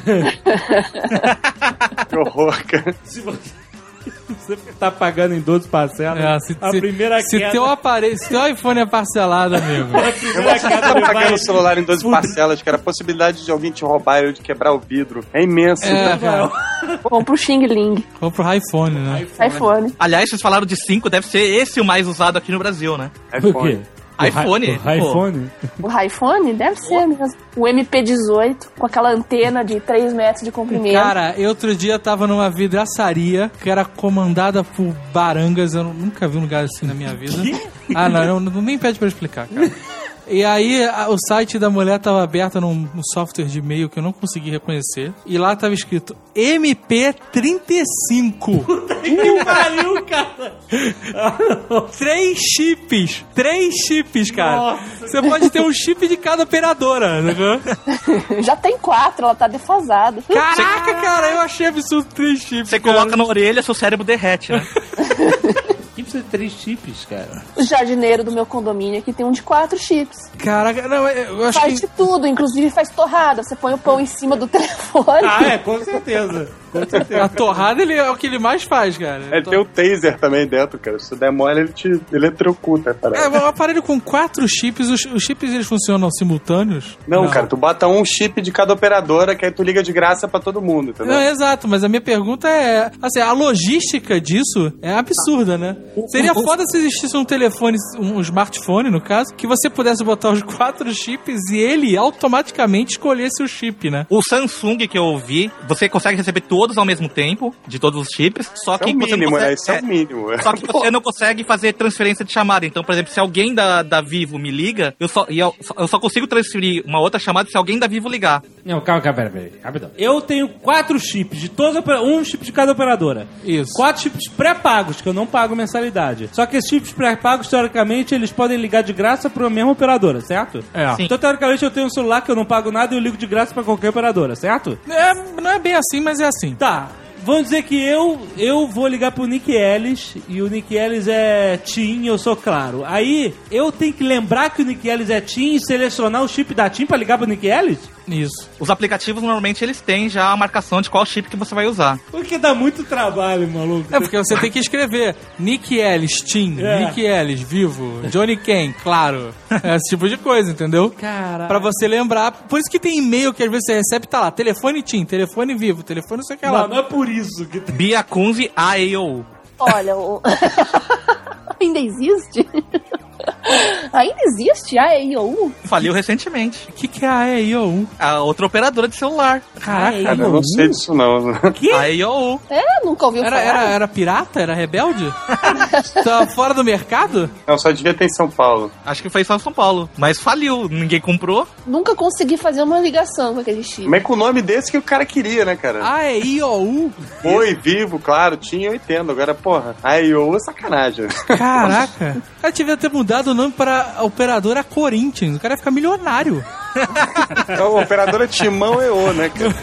Que horror, cara. Se você tá pagando em 12 parcelas, a primeira se queda... se teu iPhone é parcelado, amigo. A primeira queda Tá ele pagando vai... o celular em 12 parcelas, cara. A possibilidade de alguém te roubar ou de quebrar o vidro é imensa. Cara. Vamos pro Xing Ling. Compra o iPhone, né? iPhone. Aliás, vocês falaram de 5, deve ser esse o mais usado aqui no Brasil, né? O quê? iPhone. O iPhone? O iPhone? Deve ser mesmo. O MP18, com aquela antena de 3 metros de comprimento. Cara, eu outro dia tava numa vidraçaria que era comandada por barangas. Eu nunca vi um lugar assim na minha vida. Não, nem pede pra eu explicar, cara. E aí, o site da mulher tava aberto num software de e-mail que eu não consegui reconhecer. E lá tava escrito MP35. Que pariu, cara! 3 chips, cara. Nossa. Você pode ter um chip de cada operadora, né? Já tem 4, ela tá defasada. Caraca, cara, eu achei absurdo 3 chips. Você cara. coloca na orelha, seu cérebro derrete, né? Que precisa de 3 chips, cara? O jardineiro do meu condomínio aqui tem um de 4 chips. Caraca, não, eu acho Faz que... de tudo, inclusive faz torrada. Você põe o pão em cima do telefone. Com certeza. Com certeza. A torrada é o que ele mais faz, cara. Tem o taser também dentro, cara. Se der mole, ele te eletrocuta. Um aparelho com 4 chips, os chips eles funcionam simultâneos? Não, cara, tu bota um chip de cada operadora, que aí tu liga de graça pra todo mundo, entendeu? Não, exato, mas a minha pergunta é, assim, a logística disso é absurda, né? Seria foda se existisse um telefone, um smartphone, no caso, que você pudesse botar os 4 chips e ele automaticamente escolhesse o chip, né? O Samsung que eu vi, você consegue receber todos ao mesmo tempo, de todos os chips, só que você não consegue... Isso é o mínimo. Só que você não consegue fazer transferência de chamada. Então, por exemplo, se alguém da Vivo me liga, eu só consigo transferir uma outra chamada se alguém da Vivo ligar. Não, calma, peraí. Rapidão. Eu tenho 4 chips, um chip de cada operadora. Isso. 4 chips pré-pagos, que eu não pago mensalidade. Só que esses chips pré-pagos, teoricamente, eles podem ligar de graça pra mesma operadora, certo? É. Sim. Então, teoricamente, eu tenho um celular que eu não pago nada e eu ligo de graça pra qualquer operadora, certo? Não é bem assim, mas é assim. Tá. Vamos dizer que eu vou ligar pro Nick Ellis e o Nick Ellis é TIM, eu sou claro. Aí eu tenho que lembrar que o Nick Ellis é TIM e selecionar o chip da TIM pra ligar pro Nick Ellis? Isso. Os aplicativos, normalmente, eles têm já a marcação de qual chip que você vai usar. Porque dá muito trabalho, maluco. É porque você tem que escrever Nick Ellis, TIM, Nick Ellis, Vivo, Johnny Ken, claro. Esse tipo de coisa, entendeu? Caralho. Pra você lembrar. Por isso que tem e-mail que às vezes você recebe, tá lá, telefone TIM, telefone Vivo, telefone não sei o que lá. Não é por isso que... Bia Kunze AEOU. Olha, ainda existe? Ainda existe a AEOU? Faliu recentemente. O que é a AEOU? A outra operadora de celular. Caraca, Cara, eu não sei disso, não. A AEOU. Nunca ouviu falar. Era pirata? Era rebelde? Tá fora do mercado? Não, só devia ter em São Paulo. Acho que foi só em São Paulo. Mas faliu. Ninguém comprou. Nunca consegui fazer uma ligação com aquele chip. Mas com o nome desse que o cara queria, né, cara? AEOU? Oi, Vivo, claro, tinha, eu entendo. Agora, porra, AEOU é sacanagem. Caraca. Eu devia ter mudado o nome para a operadora Corinthians. O cara ia ficar milionário. A operadora Timão EO, né, cara?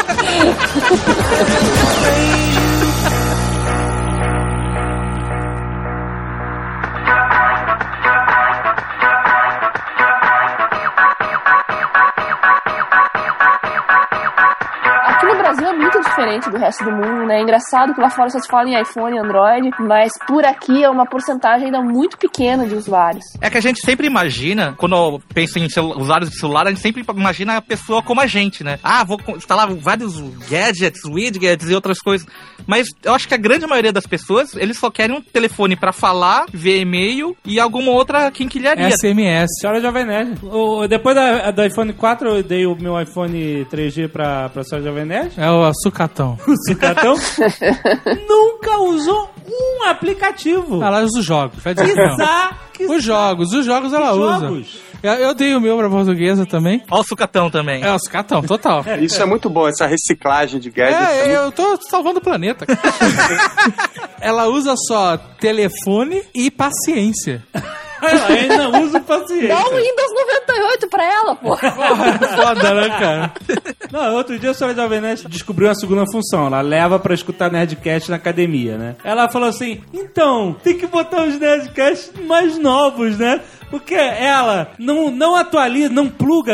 Aqui no Brasil é muito diferente do resto do mundo, né? É engraçado que lá fora só se fala em iPhone e Android, mas por aqui é uma porcentagem ainda muito pequena de usuários. É que a gente sempre imagina, quando pensa em usuários de celular, a gente sempre imagina a pessoa como a gente, né? Ah, vou instalar vários gadgets, widgets e outras coisas. Mas eu acho que a grande maioria das pessoas, eles só querem um telefone pra falar, ver e-mail e alguma outra quinquilharia. SMS. Senhora Jovem Nerd. Depois do iPhone 4, eu dei o meu iPhone 3G pra senhora Jovem Nerd. É o sucatão. O sucatão. Nunca usou um aplicativo. Ela usa os jogos. Vai dizer que não. Os jogos ela usa. Eu dei o meu pra portuguesa também. Ó o sucatão também. É, o sucatão, total. Isso é muito bom, essa reciclagem de gadgets. Eu tô salvando o planeta. Ela usa só telefone e paciência. Ela ainda usa paciência. Dá um Windows 98 pra ela, pô. Foda, né, cara? Não, outro dia a senhora Jovem Nerd descobriu uma segunda função. Ela leva pra escutar Nerdcast na academia, né? Ela falou assim, então, tem que botar os Nerdcasts mais novos, né? Porque ela não atualiza, não pluga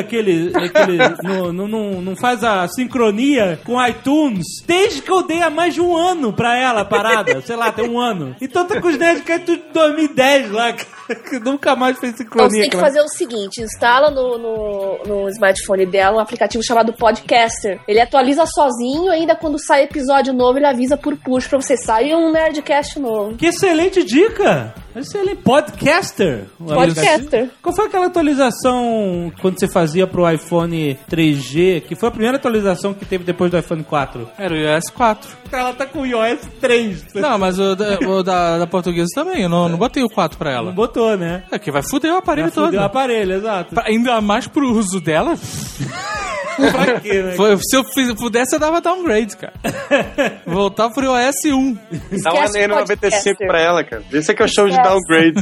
não faz a sincronia com iTunes desde que eu dei há mais de um ano pra ela parada. Sei lá, tem um ano. Então tá com os Nerdcasts de 2010 lá, que nunca mais fez Então sincronia. você tem que fazer o seguinte, instala no smartphone dela um aplicativo chamado Podcaster. Ele atualiza sozinho, ainda quando sai episódio novo ele avisa por push pra você sair um Nerdcast novo. Que excelente dica! Excelente. Podcaster. Podcaster. Qual foi aquela atualização quando você fazia pro iPhone 3G, que foi a primeira atualização que teve depois do iPhone 4? Era o iOS 4. Ela tá com o iOS 3. Não, mas o da portuguesa também. Eu não botei o 4 pra ela. Não botou, né? É que vai fuder o aparelho todo. Fudeu o aparelho, exato. Ainda mais pro uso dela. Pra quê, né? Se eu pudesse, eu dava downgrade, cara. Voltar pro iOS 1. Dá uma N95 pra ela, cara. Esse é que eu chamo de downgrade.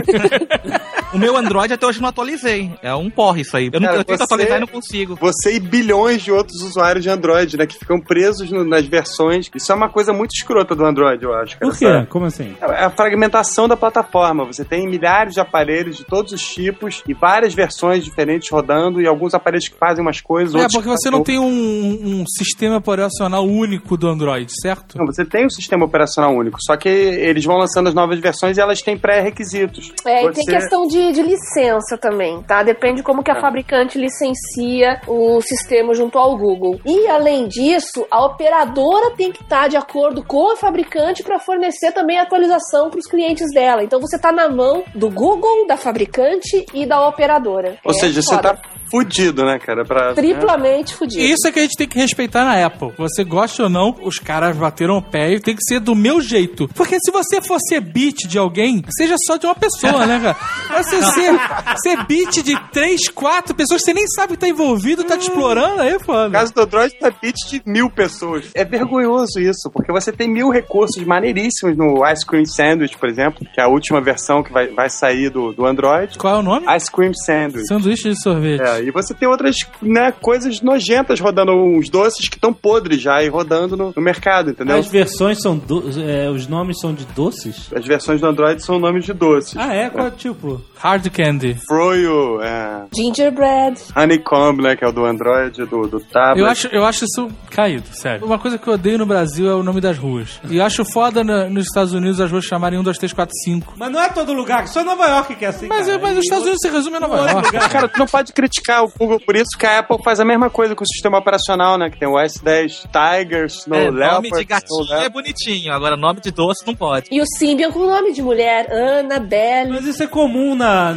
O meu Android até hoje não atualizei. É um porre isso aí. Eu tento atualizar e não consigo. Você e bilhões de outros usuários de Android, né? Que ficam presos nas versões. Isso é uma coisa muito escrota do Android, eu acho. Cara, Por quê? sabe? Como assim? É a fragmentação da plataforma. Você tem milhares de aparelhos de todos os tipos e várias versões diferentes rodando e alguns aparelhos que fazem umas coisas. É, porque você não tem um sistema operacional único do Android, certo? Não, você tem um sistema operacional único, só que eles vão lançando as novas versões e elas têm pré-requisitos. E tem questão de licença também, tá? Depende de como que a fabricante licencia o sistema junto ao Google. E, além disso, a operadora tem que estar de acordo com a fabricante para fornecer também a atualização para os clientes dela. Então, você tá na mão do Google, da fabricante e da operadora. Ou seja, você tá fudido, né, cara? Triplamente fudido. Isso é que a gente tem que respeitar na Apple. Você gosta ou não, os caras bateram o pé e tem que ser do meu jeito. Porque se você for ser beat de alguém, seja só de uma pessoa, né, cara? Você ser beat de 3, 4 pessoas, você nem sabe que tá envolvido, tá te explorando, aí é foda. No caso do Android, tá beat de 1000 pessoas. É vergonhoso isso, porque você tem 1000 recursos maneiríssimos no Ice Cream Sandwich, por exemplo, que é a última versão que vai sair do Android. Qual é o nome? Ice Cream Sandwich. Sanduíche de sorvete. E você tem outras, né, coisas nojentas rodando, uns doces que estão podres já e rodando no mercado, entendeu? As versões são os nomes são de doces? As versões do Android são nomes de doces. Ah, é? Qual tipo? Hard Candy. Froyo, Gingerbread. Honeycomb, né, que é o do Android, do tablet. Eu acho isso caído, sério. Uma coisa que eu odeio no Brasil é o nome das ruas. E eu acho foda nos Estados Unidos as ruas chamarem 1, 2, 3, 4, 5. Mas não é todo lugar, só Nova York que é assim, Mas os Estados Unidos se resume a Nova York. Cara, tu não pode criticar o Google por isso, que a Apple faz a mesma coisa com o sistema operacional, né? Que tem o OS 10 Tiger, Snow Leopard. Nome de gatinho é bonitinho, agora nome de doce não pode. E o Symbian com nome de mulher, Ana, Belle. Mas isso é comum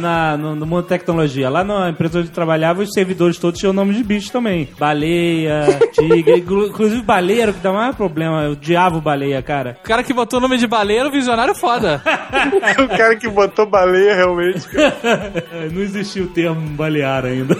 no mundo da tecnologia. Lá na empresa onde eu trabalhava, os servidores todos tinham nome de bicho também. Baleia, tigre. Inclusive baleia era o que dá mais problema. Eu odiava o baleia, cara. O cara que botou o nome de baleia era um visionário foda. O cara que botou baleia, realmente. Não existia o termo balear ainda.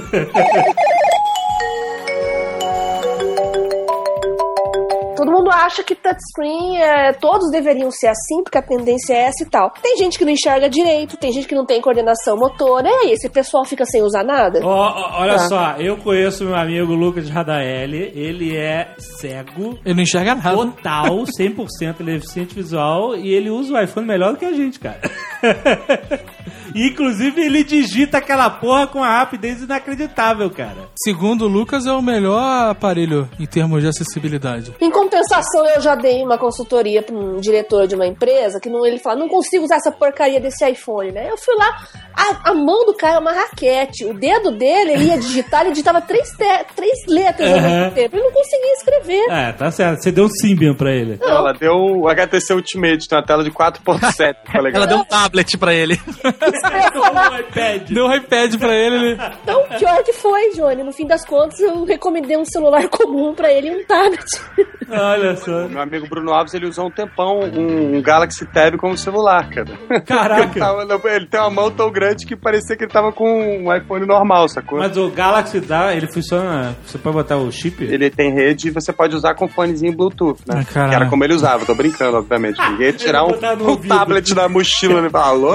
Todo mundo acha que touchscreen, todos deveriam ser assim, porque a tendência é essa e tal. Tem gente que não enxerga direito, tem gente que não tem coordenação motora, e aí, esse pessoal fica sem usar nada? Olha só, eu conheço meu amigo Lucas Radaeli, ele é cego. Ele não enxerga nada. Total, 100%, ele é deficiente visual, e ele usa o iPhone melhor do que a gente, cara. E, inclusive, ele digita aquela porra com uma rapidez inacreditável, cara. Segundo o Lucas, é o melhor aparelho em termos de acessibilidade. Em compensação, eu já dei uma consultoria para um diretor de uma empresa que ele fala, não consigo usar essa porcaria desse iPhone, né? Eu fui lá, a mão do cara é uma raquete, o dedo dele, ele ia digitar, ele digitava 3 letras ao mesmo tempo, ele não conseguia escrever. Tá certo, você deu um Symbian pra ele. Não. Ela deu o HTC Ultimate, tem uma tela de 4.7. Ela deu um tablet pra ele. Deu um iPad pra ele. Então, pior que foi, Johnny. No fim das contas, eu recomendei um celular comum pra ele e um tablet. Olha só. Meu amigo Bruno Alves, ele usou um tempão um Galaxy Tab como celular, cara. Caraca. Ele tem uma mão tão grande que parecia que ele tava com um iPhone normal, sacou? Mas o Galaxy ele funciona... Você pode botar o chip? Ele tem rede e você pode usar com fonezinho Bluetooth, né? Que era como ele usava, tô brincando, obviamente. Ninguém ia tirar um tablet da mochila e falar, alô?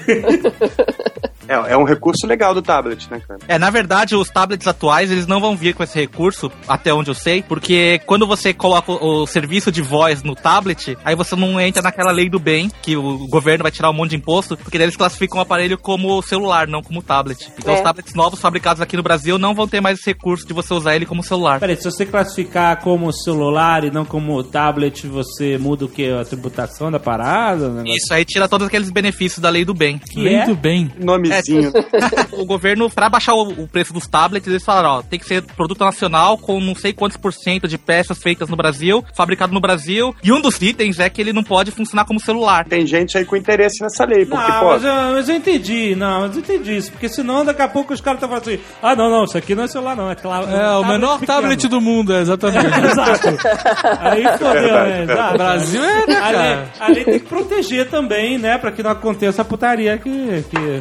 É um recurso legal do tablet, né, cara? Na verdade, os tablets atuais, eles não vão vir com esse recurso, até onde eu sei, porque quando você coloca o serviço de voz no tablet, aí você não entra naquela lei do bem, que o governo vai tirar um monte de imposto, porque daí eles classificam o aparelho como celular, não como tablet. Então os tablets novos fabricados aqui no Brasil não vão ter mais esse recurso de você usar ele como celular. Peraí, se você classificar como celular e não como tablet, você muda o quê? A tributação da parada? Isso, aí tira todos aqueles benefícios da lei do bem. Lei do bem. Nomezinho. O governo, pra baixar o preço dos tablets, eles falaram, tem que ser produto nacional com não sei quantos % de peças feitas no Brasil, fabricado no Brasil, e um dos itens é que ele não pode funcionar como celular. Tem gente aí com interesse nessa lei, porque mas eu entendi, isso, porque senão daqui a pouco os caras estão falando assim, não, isso aqui não é celular não, é claro. O menor tablet do mundo, exatamente. Exato. Aí fodeu, né? O Brasil a lei tem que proteger também, né, pra que não aconteça a putaria que certamente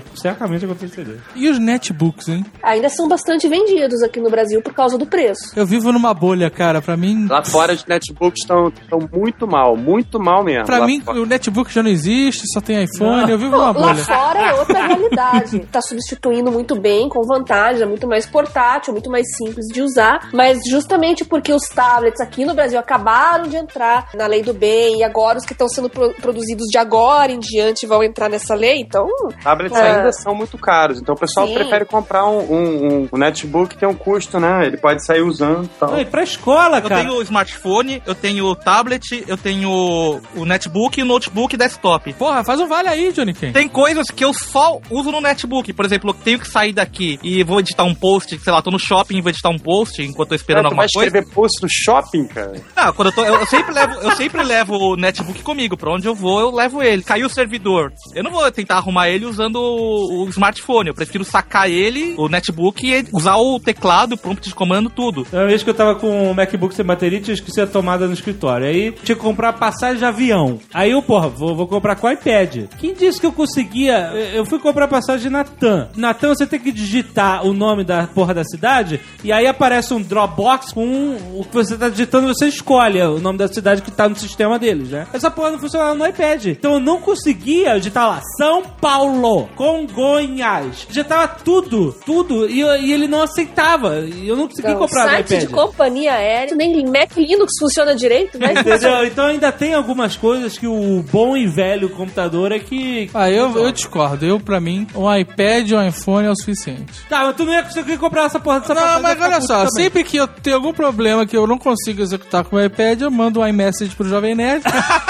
realmente aconteceria. E os netbooks, hein? Ainda são bastante vendidos aqui no Brasil por causa do preço. Eu vivo numa bolha, cara. Pra mim... Lá fora os netbooks estão muito mal mesmo. Pra mim, o netbook já não existe, só tem iPhone, eu vivo numa bolha. Lá fora é outra realidade. Tá substituindo muito bem, com vantagem, é muito mais portátil, muito mais simples de usar, mas justamente porque os tablets aqui no Brasil acabaram de entrar na lei do bem, e agora os que estão sendo produzidos de agora em diante vão entrar nessa lei, então... Tablets ainda são muito caros, então o pessoal prefere comprar um netbook que tem um custo, né? Ele pode sair usando e tal. E pra escola, cara. Eu tenho o smartphone, eu tenho o tablet, eu tenho o netbook e o notebook desktop. Porra, faz um vale aí, Johnny Ken. Tem coisas que eu só uso no netbook. Por exemplo, eu tenho que sair daqui e vou editar um post, sei lá, tô no shopping e vou editar um post enquanto tô esperando alguma coisa. Tu vai escrever post no shopping, cara? Não, quando eu sempre levo o netbook comigo. Pra onde eu vou, eu levo ele. Caiu o servidor. Eu não vou tentar arrumar ele usando o smartphone. Eu prefiro sacar ele, o netbook, e usar o teclado, o prompt de comando, tudo. Uma vez que eu tava com o MacBook sem bateria, tinha esquecido a tomada no escritório. Aí tinha que comprar passagem de avião. Aí eu, vou comprar com o iPad. Quem disse que eu conseguia? Eu fui comprar passagem na TAM. Na TAM você tem que digitar o nome da porra da cidade e aí aparece um Dropbox com o que você tá digitando, você escolhe o nome da cidade que tá no sistema deles, né? Essa porra não funcionava no iPad. Então eu não conseguia digitar lá São Paulo, Congonhas. Digitava tudo, e ele não aceitava. E eu não conseguia comprar no iPad. Site de companhia aérea, nem Mac Linux funciona direito, né? Entendeu? Então ainda tem algumas coisas que o bom e velho computador é que... Eu discordo. Pra mim, um iPad ou um iPhone é o suficiente. Tá, mas tu não ia conseguir comprar essa porra dessa Não, mas olha só, sempre que eu tenho algum problema que eu não consigo executar com o iPad, eu mando um iMessage pro Jovem Nerd.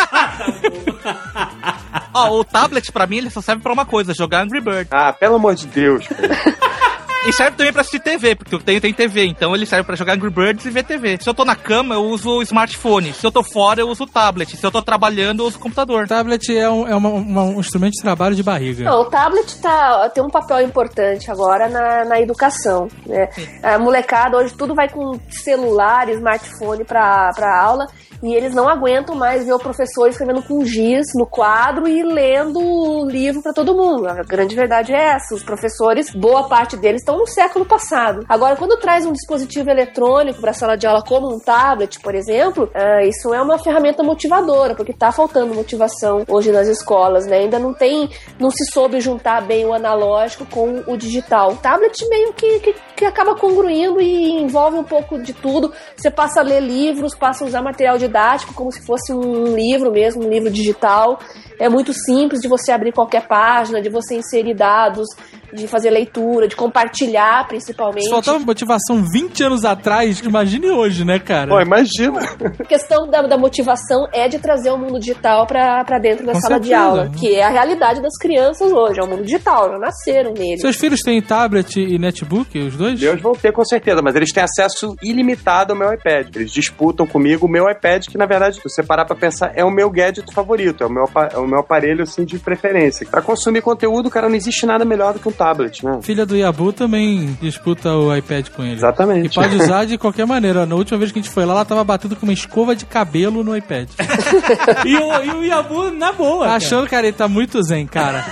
O tablet, pra mim, ele só serve pra uma coisa, jogar Angry Bird. Ah, pelo amor de Deus, cara. E serve também pra assistir TV, porque eu tenho TV, então ele serve pra jogar Angry Birds e ver TV. Se eu tô na cama, eu uso o smartphone. Se eu tô fora, eu uso o tablet. Se eu tô trabalhando, eu uso o computador. O tablet é um instrumento de trabalho de barriga. Não, o tablet tem um papel importante agora na educação, né? A molecada hoje tudo vai com celular, smartphone pra aula, e eles não aguentam mais ver o professor escrevendo com giz no quadro e lendo o livro pra todo mundo. A grande verdade é essa. Os professores, boa parte deles estão no século passado. Agora, quando traz um dispositivo eletrônico pra sala de aula como um tablet, por exemplo, isso é uma ferramenta motivadora, porque tá faltando motivação hoje nas escolas, né? Ainda não se soube juntar bem o analógico com o digital. O tablet meio que acaba congruindo e envolve um pouco de tudo. Você passa a ler livros, passa a usar material didático como se fosse um livro mesmo, um livro digital. É muito simples de você abrir qualquer página, de você inserir dados, de fazer leitura, de compartilhar, principalmente. Se faltava motivação 20 anos atrás, imagine hoje, né, cara? Pô, imagina. A questão da motivação é de trazer o mundo digital pra dentro da sala de aula, que é a realidade das crianças hoje, é o mundo digital, já nasceram nele. Seus filhos têm tablet e netbook, os dois? Meus vão ter, com certeza, mas eles têm acesso ilimitado ao meu iPad. Eles disputam comigo o meu iPad, que na verdade, se você parar pra pensar, é o meu gadget favorito, é o meu aparelho, assim, de preferência. Pra consumir conteúdo, cara, não existe nada melhor do que um tablet, né? Filha do Yabu também disputa o iPad com ele. Exatamente. E pode usar de qualquer maneira. Na última vez que a gente foi lá, ela tava batendo com uma escova de cabelo no iPad. e o Yabu, na boa, achando, cara, ele tá muito zen, cara.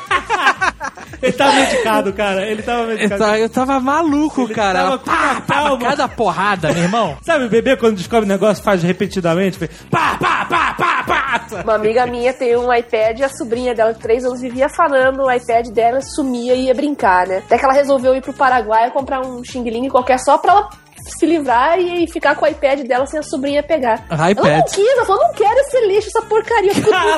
Ele tava medicado, cara. Ele tava medicado. Eu tava maluco, ele cara. Tava com uma calma. Cada porrada, meu irmão. Sabe, o bebê, quando descobre um negócio, faz repetidamente. Faz pá, pá, pá, pá, pá. Uma amiga minha tem um iPad e a sobrinha dela, de 3 anos, vivia falando, o iPad dela sumia e ia brincar, né? Até que ela resolveu ir pro Paraguai comprar um xing-ling qualquer só pra ela se livrar e ficar com o iPad dela sem a sobrinha pegar. iPad. Ela não quis, ela falou, não quero esse lixo, essa porcaria.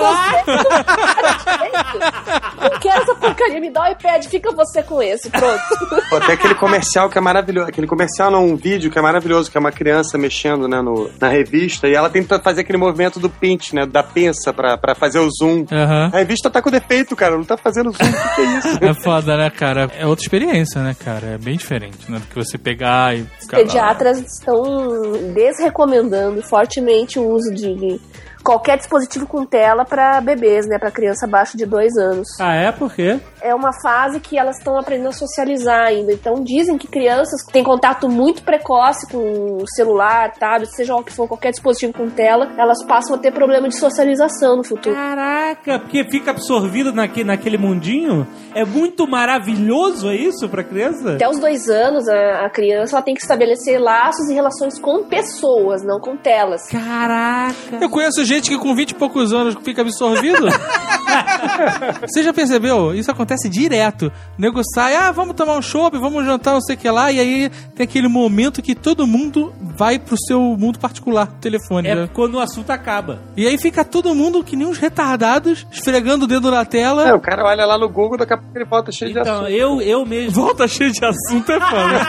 Não quero essa porcaria, me dá o iPad, fica você com esse, pronto. Até aquele comercial que é maravilhoso, aquele comercial não, um vídeo que é maravilhoso, que é uma criança mexendo, né, na revista, e ela tenta fazer aquele movimento do pinch, né, da pinça pra fazer o zoom. Uhum. A revista tá com defeito, cara, não tá fazendo zoom, o que é isso? É foda, né, cara? É outra experiência, né, cara? É bem diferente, né, do que você pegar e ficar pediatras estão desrecomendando fortemente o uso de qualquer dispositivo com tela para bebês, né, para criança abaixo de 2 anos. Ah, é? Por quê? é uma fase que elas estão aprendendo a socializar ainda. Então dizem que crianças que têm contato muito precoce com o celular, tablet, seja o que for, qualquer dispositivo com tela, elas passam a ter problema de socialização no futuro. Caraca, porque fica absorvido naquele mundinho? É muito maravilhoso, é isso, pra criança? Até os 2 anos, a criança ela tem que estabelecer laços e relações com pessoas, não com telas. Caraca! Eu conheço gente que com 20 e poucos anos fica absorvido. Você já percebeu? Isso acontece direto. O nego sai, vamos tomar um chopp, vamos jantar, não sei o que lá, e aí tem aquele momento que todo mundo vai pro seu mundo particular, telefone. É quando o assunto acaba. E aí fica todo mundo que nem uns retardados, esfregando o dedo na tela. O cara olha lá no Google, daqui a pouco ele volta cheio de assunto. Então, eu mesmo... Volta cheio de assunto, é foda.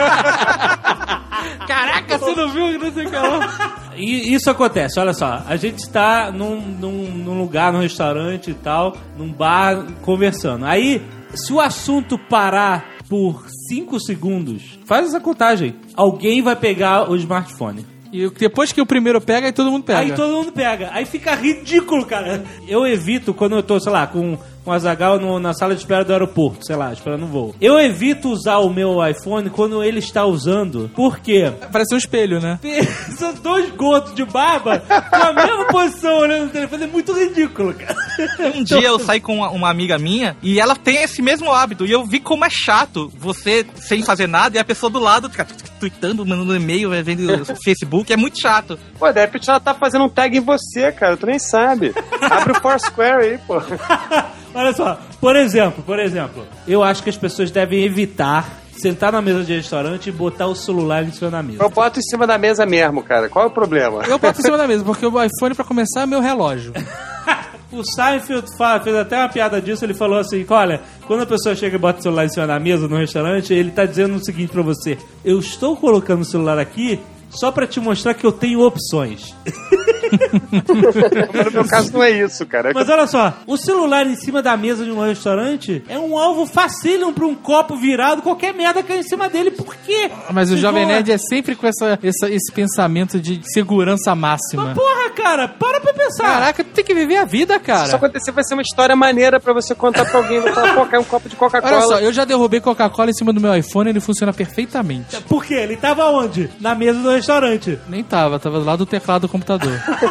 Caraca, você não viu? Não sei o que lá. E isso acontece, olha só. A gente tá num lugar, num restaurante e tal, num bar, conversando. Aí, se o assunto parar por 5 segundos, faz essa contagem. Alguém vai pegar o smartphone. E depois que o primeiro pega, aí todo mundo pega. Aí todo mundo pega. Aí fica ridículo, cara. Eu evito, quando eu tô, sei lá, com o Azaghal na sala de espera do aeroporto, sei lá, esperando um voo. Eu evito usar o meu iPhone quando ele está usando. Por quê? Parece um espelho, né? São 2 gotos de barba na mesma posição olhando no telefone. É muito ridículo, cara. Um dia eu saí com uma amiga minha e ela tem esse mesmo hábito. E eu vi como é chato você sem fazer nada e a pessoa do lado fica tweetando, mandando e-mail, vendo Facebook. É muito chato. Pô, de repente ela tá fazendo um tag em você, cara. Tu nem sabe. Abre o Foursquare aí, pô. Olha só, por exemplo, eu acho que as pessoas devem evitar sentar na mesa de restaurante e botar o celular em cima da mesa. Eu boto em cima da mesa mesmo, cara. Qual é o problema? Eu boto em cima da mesa, porque o iPhone, pra começar, é meu relógio. O Seinfeld fez até uma piada disso, ele falou assim, olha, quando a pessoa chega e bota o celular em cima da mesa no restaurante, ele tá dizendo o seguinte pra você: eu estou colocando o celular aqui só pra te mostrar que eu tenho opções. Mas no meu caso não é isso, cara. Mas olha só, o celular em cima da mesa de um restaurante é um alvo facílimo pra um copo virado, qualquer merda cai em cima dele, por quê? Mas o Jovem Nerd é sempre com esse pensamento de segurança máxima. Mas porra, cara, para pra pensar. Caraca, tu tem que viver a vida, cara. Se isso acontecer, vai ser uma história maneira pra você contar pra alguém. Vai falar, pô, cai um copo de Coca-Cola. Olha só, eu já derrubei Coca-Cola em cima do meu iPhone e ele funciona perfeitamente. Por quê? Ele tava onde? Na mesa do restaurante. Nem tava do lado do teclado do computador.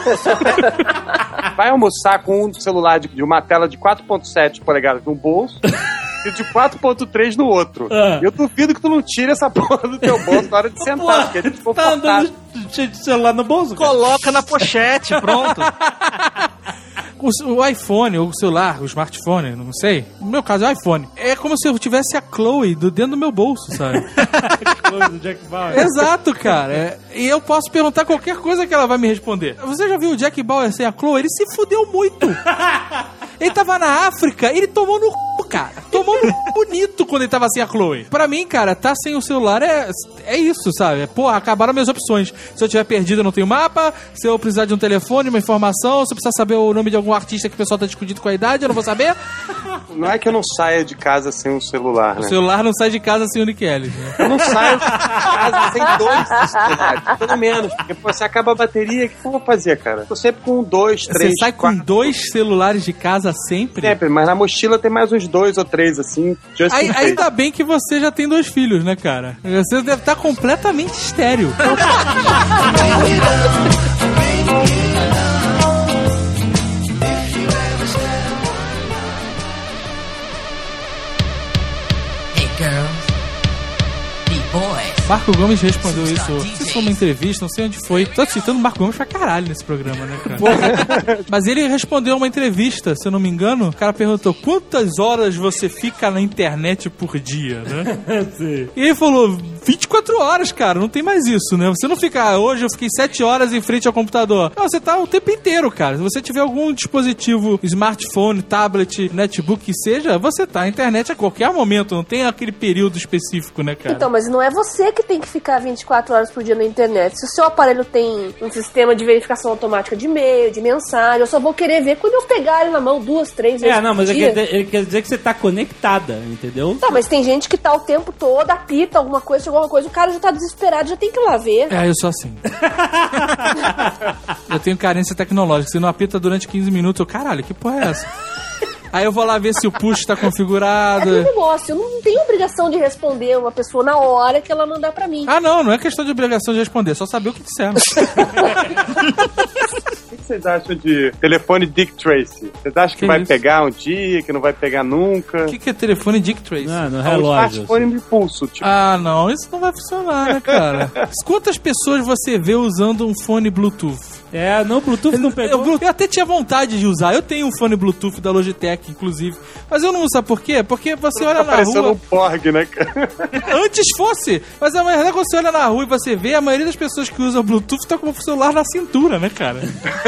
Vai almoçar com um celular de uma tela de 4.7 polegadas no bolso e de 4.3 no outro. Eu duvido que tu não tire essa porra do teu bolso na hora de sentar, porra, porque é tá andando cheio de celular no bolso? Coloca na pochete, pronto. O iPhone, ou o celular, o smartphone, não sei. No meu caso é o iPhone. É como se eu tivesse a Chloe dentro do meu bolso, sabe? Chloe do Jack Bauer. Exato, cara. E eu posso perguntar qualquer coisa que ela vai me responder. Você já viu o Jack Bauer sem a Chloe? Ele se fudeu muito. Ele tava na África, ele tomou no c, cara. Tomou no bonito quando ele tava sem a Chloe. Pra mim, cara, tá sem o celular é isso, sabe? Porra, acabaram minhas opções. Se eu tiver perdido, eu não tenho mapa. Se eu precisar de um telefone, uma informação. Se eu precisar saber o nome de algum artista que o pessoal tá discutindo com a idade, eu não vou saber. Não é que eu não saia de casa sem um celular, né? O celular não sai de casa sem o Nick Ellis, né? Eu não saio de casa sem 2 celulares, pelo menos. Porque você acaba a bateria, o que eu vou fazer, cara? Tô sempre com 2, 3, Você sai 4, com 2 celulares de casa sempre? Sempre, mas na mochila tem mais uns 2 ou 3, assim. Ainda bem que você já tem 2 filhos, né, cara? Você deve estar completamente estéril. Marco Gomes respondeu isso. Não sei se foi uma entrevista, não sei onde foi. Tô citando o Marco Gomes pra caralho nesse programa, né, cara? Mas ele respondeu uma entrevista, se eu não me engano. O cara perguntou: quantas horas você fica na internet por dia, né? Sim. E ele falou: 24 horas, cara, não tem mais isso, né? Você não fica, hoje eu fiquei 7 horas em frente ao computador. Não, você tá o tempo inteiro, cara. Se você tiver algum dispositivo, smartphone, tablet, netbook, que seja, você tá na internet a qualquer momento. Não tem aquele período específico, né, cara? Então, mas não é você que tem que ficar 24 horas por dia na internet. Se o seu aparelho tem um sistema de verificação automática de e-mail, de mensagem, eu só vou querer ver quando eu pegar ele na mão 2, 3 vezes não, mas por dia. ele quer dizer que você tá conectada, entendeu? Não, mas tem gente que tá o tempo todo, apita alguma coisa, chegou alguma coisa, o cara já tá desesperado, já tem que ir lá ver. Eu sou assim. Eu tenho carência tecnológica. Se não apita durante 15 minutos, caralho, que porra é essa? Aí eu vou lá ver se o push tá É configurado. aquele negócio, eu não tenho obrigação de responder uma pessoa na hora que ela mandar pra mim. Ah, não é questão de obrigação de responder, só saber o que disseram. O que vocês acham de telefone Dick Tracy? Vocês acham que vai pegar um dia, que não vai pegar nunca? O que é telefone Dick Tracy? No É um relógio. smartphone de pulso, tipo. Ah, não, isso não vai funcionar, né, cara? Quantas pessoas você vê usando um fone Bluetooth? No Bluetooth não pegou. Eu até tinha vontade de usar. Eu tenho um fone Bluetooth da Logitech, inclusive. Mas eu não uso, sabe por quê? Porque você olha na parecendo rua... um Porg, né, cara? Antes fosse. Mas a verdade, quando você olha na rua e você vê, a maioria das pessoas que usam Bluetooth tá com o celular na cintura, né, cara?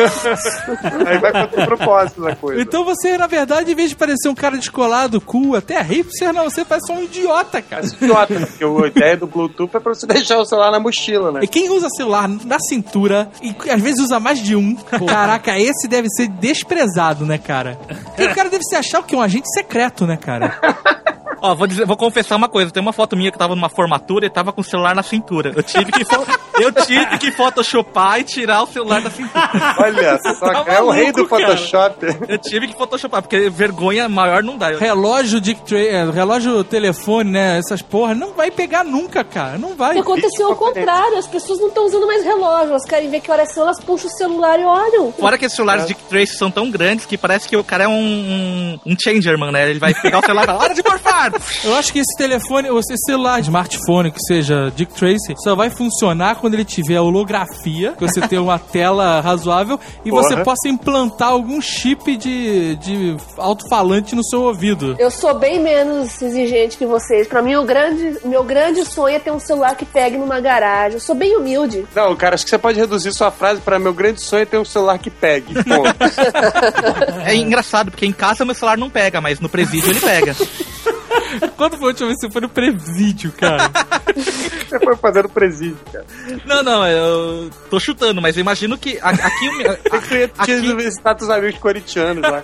Aí vai contra o propósito da coisa. Então você, na verdade, em vez de parecer um cara descolado, cool, até hipster, não, você parece um idiota, cara. Idiota, porque a ideia do Bluetooth é pra você deixar o celular na mochila, né? E quem usa celular na cintura, e às vezes usa mais de um, caraca, esse deve ser desprezado, né, cara? Porque o cara deve se achar o quê? Um agente secreto, né, cara? Ó, vou confessar uma coisa. Tem uma foto minha que tava numa formatura e tava com o celular na cintura. Eu tive que photoshopar e tirar o celular da cintura. Olha, só que é o rei do Photoshop. Eu tive que photoshopar, porque vergonha maior não dá. Relógio relógio telefone, né? Essas porra, não vai pegar nunca, cara. Não vai. E aconteceu ao contrário, as pessoas não estão usando mais relógio, elas querem ver que horas são, elas puxam o celular e olham. Fora que esses celulares Dick Tracy são tão grandes que parece que o cara é um changerman, né? Ele vai pegar o celular e falar, hora de morfar! Eu acho que esse telefone, ou esse celular, smartphone, que seja Dick Tracy, só vai funcionar quando ele tiver holografia, que você tem uma tela razoável, e você possa implantar algum chip de alto-falante no seu ouvido. Eu sou bem menos exigente que vocês. Pra mim, meu grande sonho é ter um celular que pegue numa garagem. Eu sou bem humilde. Não, cara, acho que você pode reduzir sua frase pra meu grande sonho é ter um celular que pegue. Ponto. É engraçado, porque em casa meu celular não pega, mas no presídio ele pega. Quando foi a última vez que você foi no presídio, cara? Você foi fazendo presídio, cara. Não, eu tô chutando, mas eu imagino que aqui... Tinha visitar os amigos corintianos lá.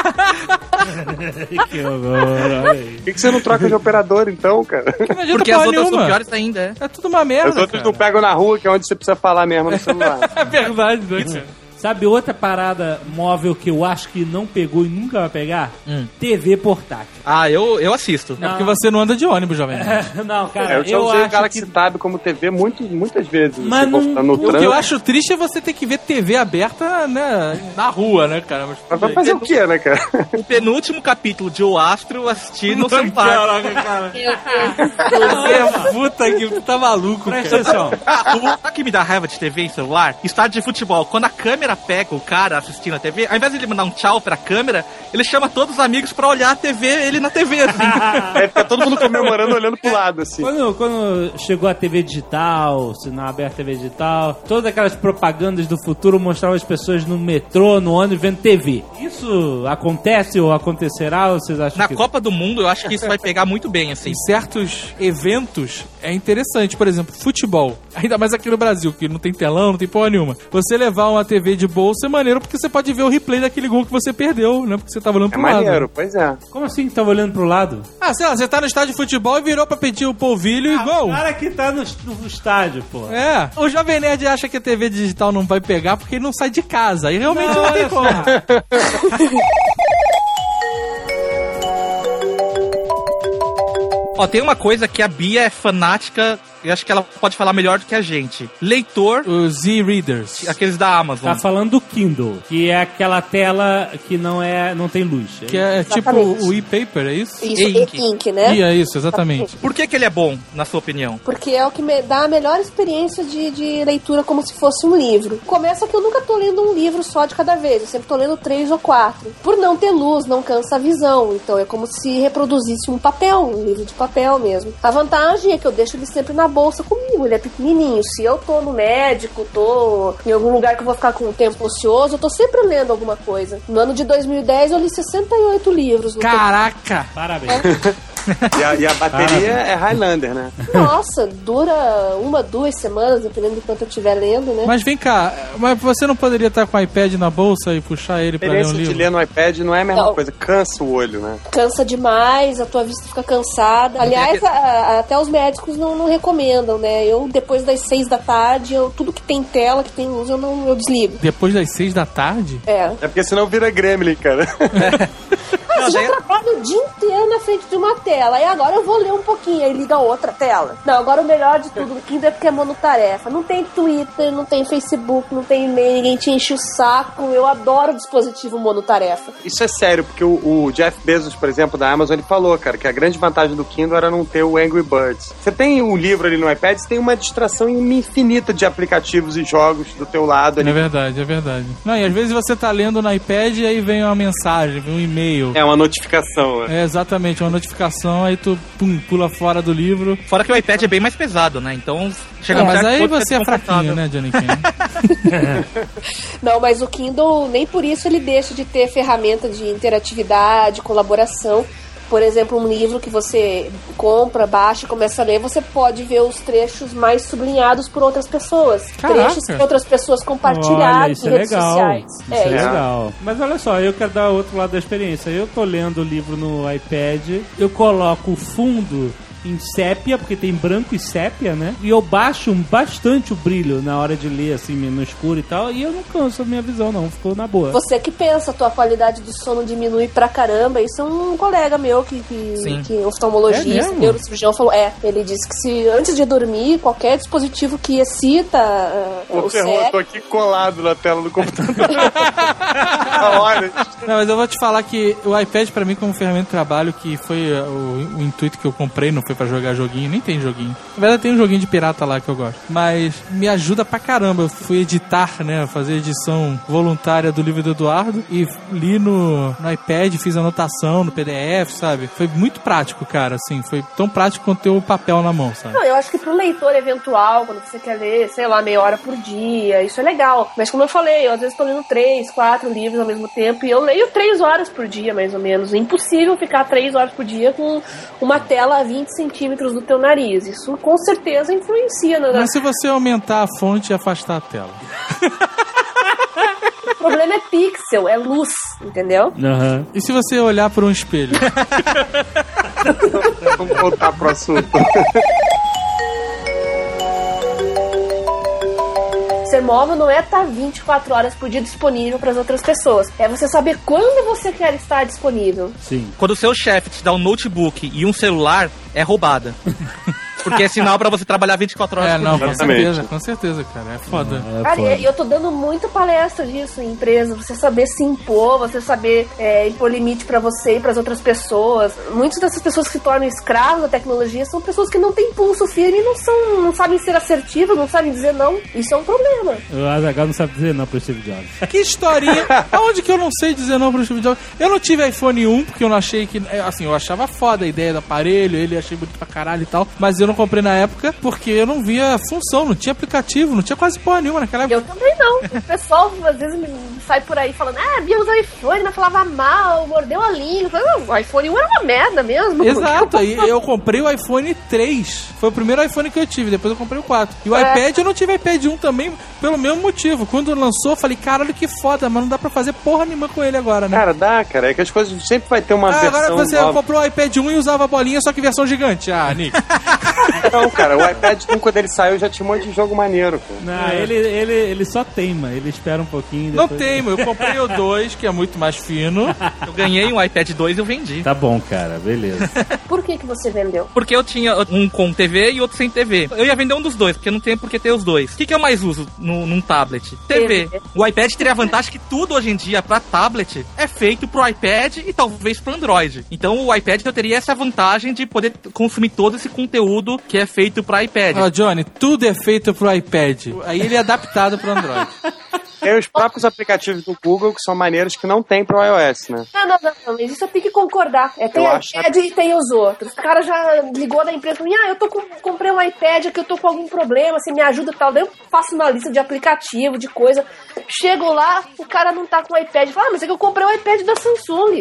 Que horror, olha aí. Por que você não troca de operador, então, cara? Porque as outras são piores ainda, É tudo uma merda, As outras cara. não pegam na rua, que é onde você precisa falar mesmo no celular. É verdade, né, cara? Sabe outra parada móvel que eu acho que não pegou e nunca vai pegar? TV portátil. Ah, eu assisto. É porque você não anda de ônibus, jovem. Não, cara, Eu já usei o acho Galaxy que... Tab como TV muitas vezes. Mas Você tá no O que eu trânsito. acho triste é você ter que ver TV aberta, né, na rua, né, cara? Mas vai fazer o quê, né, cara? O penúltimo capítulo de O Astro eu assisti no celular. Caraca, cara. Você é puta que tu tá maluco, Presta cara. atenção. O que me dá raiva de TV em celular? Estádio de futebol. Quando a câmera pega o cara assistindo a TV, ao invés de ele mandar um tchau pra câmera, ele chama todos os amigos pra olhar a TV, ele na TV, assim. Aí fica todo mundo comemorando, olhando pro lado, assim. Quando chegou a TV digital, sinal aberto TV digital, todas aquelas propagandas do futuro mostravam as pessoas no metrô, no ônibus, vendo TV. Isso acontece ou acontecerá? Ou vocês acham Na que... Copa do Mundo, eu acho que isso vai pegar muito bem, assim. Em certos eventos é interessante, por exemplo, futebol. Ainda mais aqui no Brasil, que não tem telão, não tem porra nenhuma. Você levar uma TV de bolsa é maneiro porque você pode ver o replay daquele gol que você perdeu, né? Porque você tava olhando É pro lado. maneiro, pois é. Como assim que tava olhando pro lado? Ah, sei lá, você tá no estádio de futebol e virou pra pedir o polvilho e gol. O cara que tá no estádio, pô. É, o Jovem Nerd acha que a TV digital não vai pegar porque ele não sai de casa. E realmente não, Não, tem olha como. Ó, tem uma coisa que a Bia é fanática, eu acho que ela pode falar melhor do que a gente. Leitor, Os Z-Readers. aqueles da Amazon. Tá falando do Kindle, que é aquela tela que não tem luz. Que é tipo Exatamente. o e-paper, é isso? Isso, E-ink. e-ink, né? É isso, exatamente. Por que ele é bom, na sua opinião? Porque é o que me dá a melhor experiência de leitura, como se fosse um livro. Começa que eu nunca tô lendo um livro só de cada vez, eu sempre tô lendo 3 ou 4. Por não ter luz, não cansa a visão, então é como se reproduzisse um papel, um livro de papel mesmo. A vantagem é que eu deixo ele sempre na bolsa comigo, ele é pequenininho. Se eu tô no médico, tô em algum lugar que eu vou ficar com um tempo ocioso, eu tô sempre lendo alguma coisa. No ano de 2010 eu li 68 livros. No Caraca! Parabéns. E a bateria é Highlander, né? Nossa, dura 1, 2 semanas, dependendo do quanto eu estiver lendo, né? Mas vem cá, mas você não poderia estar com o iPad na bolsa e puxar ele A pra ler um experiência de livro? ler no iPad não é a mesma Não. coisa, cansa o olho, né? Cansa demais, a tua vista fica cansada. Aliás, até os médicos não recomendam, né? Eu, depois das 6 da tarde, tudo que tem tela, que tem luz, eu desligo. Depois das 6 da tarde? É. É porque senão vira Gremlin, cara. você já trabalha o dia inteiro na frente de uma tela. E agora eu vou ler um pouquinho, aí liga outra tela. Não, agora o melhor de tudo do Kindle é porque é monotarefa. Não tem Twitter, não tem Facebook, não tem e-mail, ninguém te enche o saco. Eu adoro o dispositivo monotarefa. Isso é sério, porque o Jeff Bezos, por exemplo, da Amazon, ele falou, cara, que a grande vantagem do Kindle era não ter o Angry Birds. Você tem um livro ali no iPad, você tem uma distração infinita de aplicativos e jogos do teu lado ali. É verdade, é verdade. Não, e às vezes você tá lendo no iPad e aí vem uma mensagem, vem um e-mail. É uma notificação. É exatamente, uma notificação, aí tu pula fora do livro. Fora que o iPad é bem mais pesado, né? Então chega mas aí você é fraquinho, né, Johnny King? Não, mas o Kindle, nem por isso ele deixa de ter ferramenta de interatividade, colaboração. Por exemplo, um livro que você compra, baixa e começa a ler, você pode ver os trechos mais sublinhados por outras pessoas. Caraca. Trechos que outras pessoas compartilharam Olha, isso em é redes legal. sociais. Isso é legal. Mas olha só, eu quero dar outro lado da experiência. Eu tô lendo o livro no iPad, eu coloco o fundo em sépia, porque tem branco e sépia, né? E eu baixo bastante o brilho na hora de ler, assim, no escuro e tal, e eu não canso a minha visão, não. Ficou na boa. Você que pensa, a tua qualidade de sono diminui pra caramba. Isso é um colega meu que oftalmologista, neurocirurgião, falou. Ele disse que se antes de dormir, qualquer dispositivo que excita o cérebro... Eu tô aqui colado na tela do computador. Olha. Não, mas eu vou te falar que o iPad, pra mim, como ferramenta de trabalho, que foi o intuito que eu comprei, não foi pra jogar joguinho, nem tem joguinho. Na verdade tem um joguinho de pirata lá que eu gosto. Mas me ajuda pra caramba. Eu fui editar, né, fazer edição voluntária do livro do Eduardo e li no iPad, fiz anotação no PDF, sabe? Foi muito prático, cara, assim. Foi tão prático quanto ter o papel na mão, sabe? Não, eu acho que pro leitor eventual, quando você quer ler, sei lá, meia hora por dia, isso é legal. Mas como eu falei, eu às vezes tô lendo 3, 4 livros ao mesmo tempo e eu leio 3 horas por dia, mais ou menos. É impossível ficar 3 horas por dia com uma tela a 20 centímetros do teu nariz. Isso com certeza influencia na... Mas se você aumentar a fonte e afastar a tela? O problema é pixel, é luz, entendeu? Uhum. E se você olhar por um espelho? Vamos voltar pro assunto. Ser móvel não é estar 24 horas por dia disponível para as outras pessoas. É você saber quando você quer estar disponível. Sim. Quando o seu chefe te dá um notebook e um celular, é roubada. Porque é sinal pra você trabalhar 24 horas por dia. Com certeza, cara. É foda. Cara, e eu tô dando muita palestra disso em empresa. Você saber se impor, você saber impor limite pra você e pras outras pessoas. Muitas dessas pessoas que se tornam escravos da tecnologia são pessoas que não têm pulso firme e não sabem ser assertivas, não sabem dizer não. Isso é um problema. O Azaghal não sabe dizer não pro Steve Jobs. Que historinha. Aonde que eu não sei dizer não pro Steve Jobs? Eu não tive iPhone 1 porque eu não achei que... Assim, eu achava foda a ideia do aparelho, ele achei bonito pra caralho e tal, mas eu não comprei na época porque eu não via função, não tinha aplicativo, não tinha quase porra nenhuma naquela época. Eu também não. O pessoal às vezes sai por aí falando, Bia usa iPhone, mas falava mal, mordeu a língua. O iPhone 1 era uma merda mesmo. Exato, e eu comprei o iPhone 3. Foi o primeiro iPhone que eu tive, depois eu comprei o 4. E o iPad, eu não tive iPad 1 também, pelo mesmo motivo. Quando lançou, eu falei, caralho, que foda, mas não dá pra fazer porra nenhuma com ele agora, né? Cara, dá, cara. É que as coisas sempre vai ter uma versão agora você nova. comprou o iPad 1 e usava a bolinha, só que versão gigante. Ah, Nick. Não, cara, o iPad 1, quando ele saiu, já tinha um monte de jogo maneiro, pô. Não, ele só teima, ele espera um pouquinho. Depois... Não teimo, eu comprei o 2, que é muito mais fino. Eu ganhei um iPad 2 e eu vendi. Tá bom, cara, beleza. Por que você vendeu? Porque eu tinha um com TV e outro sem TV. Eu ia vender um dos dois, porque não tem por que ter os dois. O que eu mais uso num tablet? TV. O iPad teria a vantagem que tudo hoje em dia pra tablet é feito pro iPad e talvez pro Android. Então o iPad eu teria essa vantagem de poder consumir todo esse conteúdo que é feito pro iPad. Johnny, tudo é feito pro iPad. Aí ele é adaptado pro Android. Tem os próprios aplicativos do Google que são maneiras que não tem pro iOS, né? Não, mas isso eu tenho que concordar. Tem o iPad e tem os outros. O cara já ligou da empresa e falou, eu comprei um iPad aqui, eu tô com algum problema, você me ajuda e tal. Daí eu faço uma lista de aplicativo, de coisa. Chego lá, o cara não tá com o iPad. Fala, mas é que eu comprei o iPad da Samsung.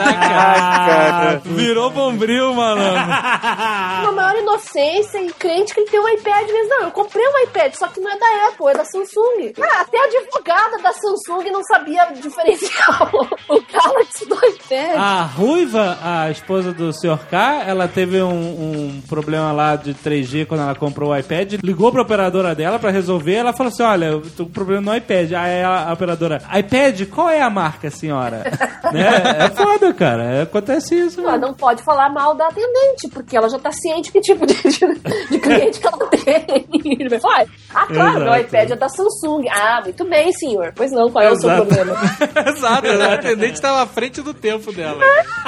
Caraca, virou bombril, malandro. Uma maior inocência e crente que ele tem um iPad mesmo. Não, eu comprei um iPad, só que não é da Apple, é da Samsung. Até a advogada da Samsung não sabia diferenciar o Galaxy do iPad. iPad. A Ruiva, a esposa do Sr. K, ela teve um problema lá de 3G quando ela comprou o iPad, ligou pra operadora dela pra resolver, ela falou assim, olha, eu tô com problema no iPad. Aí a operadora, iPad, qual é a marca, senhora? Né? É foda, cara, acontece isso. Ela não pode falar mal da atendente, porque ela já tá ciente que tipo de cliente que ela tem. Ele vai falar, claro, meu iPad é da Samsung. Ah, muito bem, senhor. Pois não, qual é o seu problema? Exato, a atendente estava à frente do tempo dela.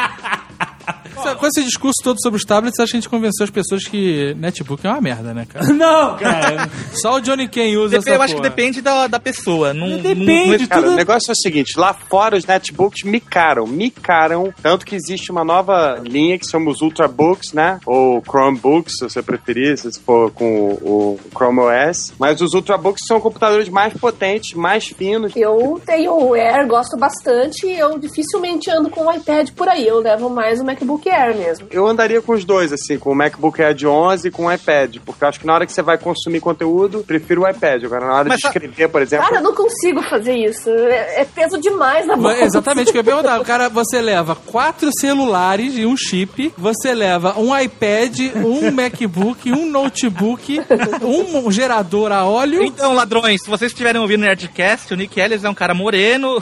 Com esse discurso todo sobre os tablets, acho que a gente convenceu as pessoas que netbook é uma merda, né, cara? Não, cara. Só o Johnny Ken usa essa Eu acho que depende da pessoa. Depende. Cara, o negócio é o seguinte, lá fora os netbooks micaram. Tanto que existe uma nova linha que são os Ultrabooks, né? Ou Chromebooks, se você preferir, se for com o Chrome OS. Mas os Ultrabooks são computadores mais potentes, mais finos. Eu tenho o Air, gosto bastante, eu dificilmente ando com o iPad por aí. Eu levo mais o MacBook Air mesmo. Eu andaria com os dois, assim, com o MacBook Air de 11 e com o iPad, porque eu acho que na hora que você vai consumir conteúdo, prefiro o iPad. Agora, na hora de escrever, por exemplo... Cara, eu não consigo fazer isso. É peso demais na mão. Exatamente o que eu ia perguntar. O cara, você leva 4 celulares e um chip, você leva um iPad, um MacBook, um notebook, um gerador a óleo... Então, ladrões, se vocês estiverem ouvindo o Nerdcast, o Nick Ellis é um cara moreno.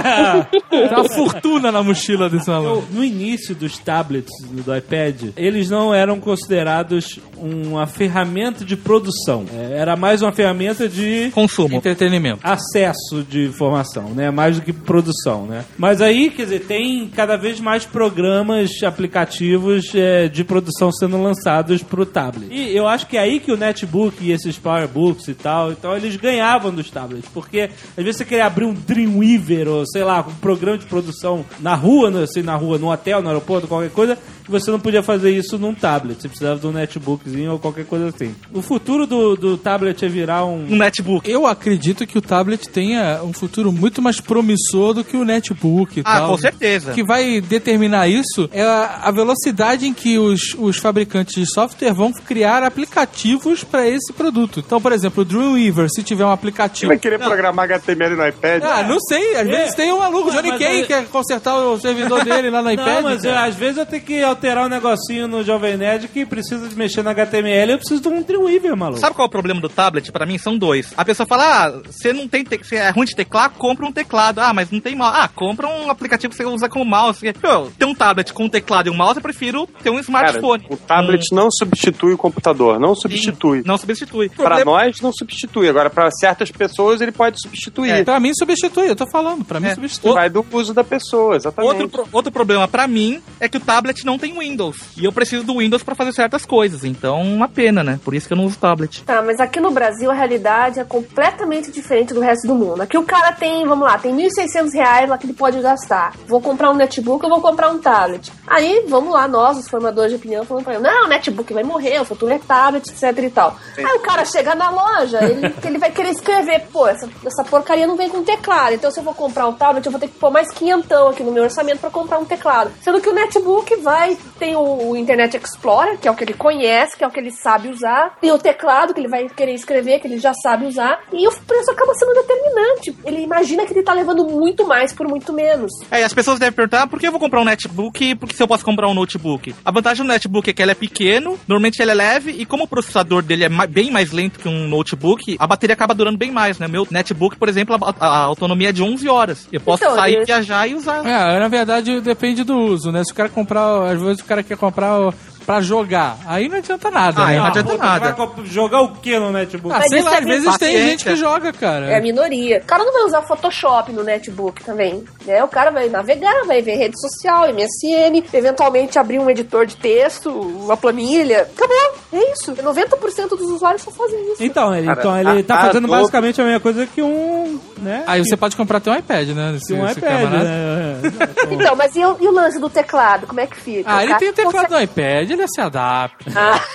Tem uma fortuna na mochila desse maluco. No início dos tablets do iPad, eles não eram considerados uma ferramenta de produção. Era mais uma ferramenta de consumo, entretenimento, acesso de informação, né? Mais do que produção, né? Mas aí, quer dizer, tem cada vez mais programas, aplicativos de produção sendo lançados pro tablet. E eu acho que é aí que o netbook e esses powerbooks e tal, então eles ganhavam dos tablets, porque às vezes você queria abrir um Dreamweaver ou sei lá, um programa de produção na rua, no hotel, no aeroporto, qualquer coisa, e você não podia fazer isso num tablet. Você precisava de um netbookzinho ou qualquer coisa assim. O futuro do tablet é virar um netbook. Eu acredito que o tablet tenha um futuro muito mais promissor do que o netbook e tal. Com certeza. O que vai determinar isso é a velocidade em que os fabricantes de software vão criar aplicativos para esse produto. Então, por exemplo, o Dreamweaver, se tiver um aplicativo... Vai querer programar HTML no iPad? Não sei. Às vezes tem um maluco, Johnny Ken, quer consertar o servidor dele lá no iPad. Não, mas às vezes eu tenho que alterar um negocinho no Jovem Nerd que precisa de mexer no HTML, eu preciso de um Dreamweaver, maluco. Sabe qual é o problema do tablet? Pra mim são dois. A pessoa fala, você não tem você é ruim de teclar, compra um teclado. Mas não tem mouse. Compra um aplicativo que você usa como mouse. Ter um tablet com um teclado e um mouse, eu prefiro ter um smartphone. Cara, o tablet não substitui o computador, não substitui. Sim, não substitui. Pra nós, não substitui. Agora, pra certas pessoas, ele pode substituir. Pra mim, substitui. Eu tô falando, pra mim, substitui. Vai do uso da pessoa, exatamente. Outro problema pra mim é que o tablet não tem Windows. E eu preciso do Windows pra fazer certas coisas. Então, uma pena, né? Por isso que eu não uso tablet. Tá, mas aqui no Brasil a realidade é completamente diferente do resto do mundo. Aqui o cara tem, vamos lá, tem R$1.600 lá que ele pode gastar. Vou comprar um netbook, eu vou comprar um tablet. Aí, vamos lá, nós, os formadores de opinião, falando pra ele, não, o netbook vai morrer, o futuro é tablet, etc e tal. Sim. Aí o cara chega na loja, ele vai querer escrever, pô, essa porcaria não vem com teclado, então se eu vou comprar um tablet, eu vou ter que pôr mais quinhentão aqui no meu orçamento pra comprar um teclado. Sendo que o netbook tem o Internet Explorer, que é o que ele conhece, que é o que ele sabe usar, tem o teclado que ele vai querer escrever, que ele já sabe usar, e o preço acaba sendo determinante. Ele imagina que ele tá levando muito mais por muito menos. E as pessoas devem perguntar, por que eu vou comprar um netbook, porque se eu posso comprar um notebook? A vantagem do netbook é que ele é pequeno, normalmente ele é leve, e como o processador dele é bem mais lento que um notebook, a bateria acaba durando bem mais, né? Meu netbook, por exemplo, a autonomia é de 11 horas. Eu posso sair, viajar e usar. Na verdade, depende do uso, né? Se o cara comprar, às vezes o cara quer comprar pra jogar, aí não adianta nada, né? Não adianta nada. Vai jogar o que no netbook? Sei lá, às vezes tem gente que joga, cara. É a minoria. O cara não vai usar Photoshop no netbook também, né? O cara vai navegar, vai ver rede social, MSN, eventualmente abrir um editor de texto, uma planilha. Acabou, é isso. 90% dos usuários só fazem isso. Então ele tá fazendo basicamente a mesma coisa que um, né? Aí você pode comprar até um iPad, né? Um iPad, né? Então, mas e o lance do teclado? Como é que fica? Ele tem o teclado do iPad, ele se adapta.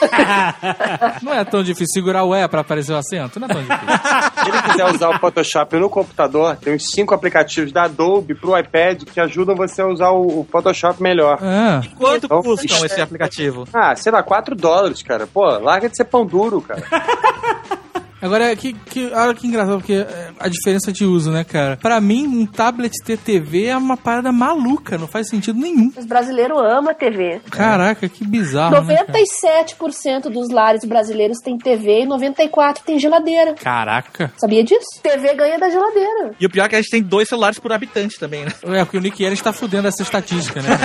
Não é tão difícil segurar o E pra aparecer o acento, não é tão difícil. Se ele quiser usar o Photoshop no computador, tem uns 5 aplicativos da Adobe pro iPad que ajudam você a usar o Photoshop melhor. E quanto custam esse aplicativo? Sei lá, $4, cara. Pô, larga de ser pão duro, cara. Agora, olha que engraçado, porque a diferença de uso, né, cara? Pra mim, um tablet ter TV é uma parada maluca, não faz sentido nenhum. Os brasileiros amam TV. Caraca, que bizarro, 97% dos lares brasileiros tem TV e 94% tem geladeira. Caraca. Sabia disso? TV ganha da geladeira. E o pior é que a gente tem 2 celulares por habitante também, né? É, porque o Nick Ellis tá fudendo essa estatística, né?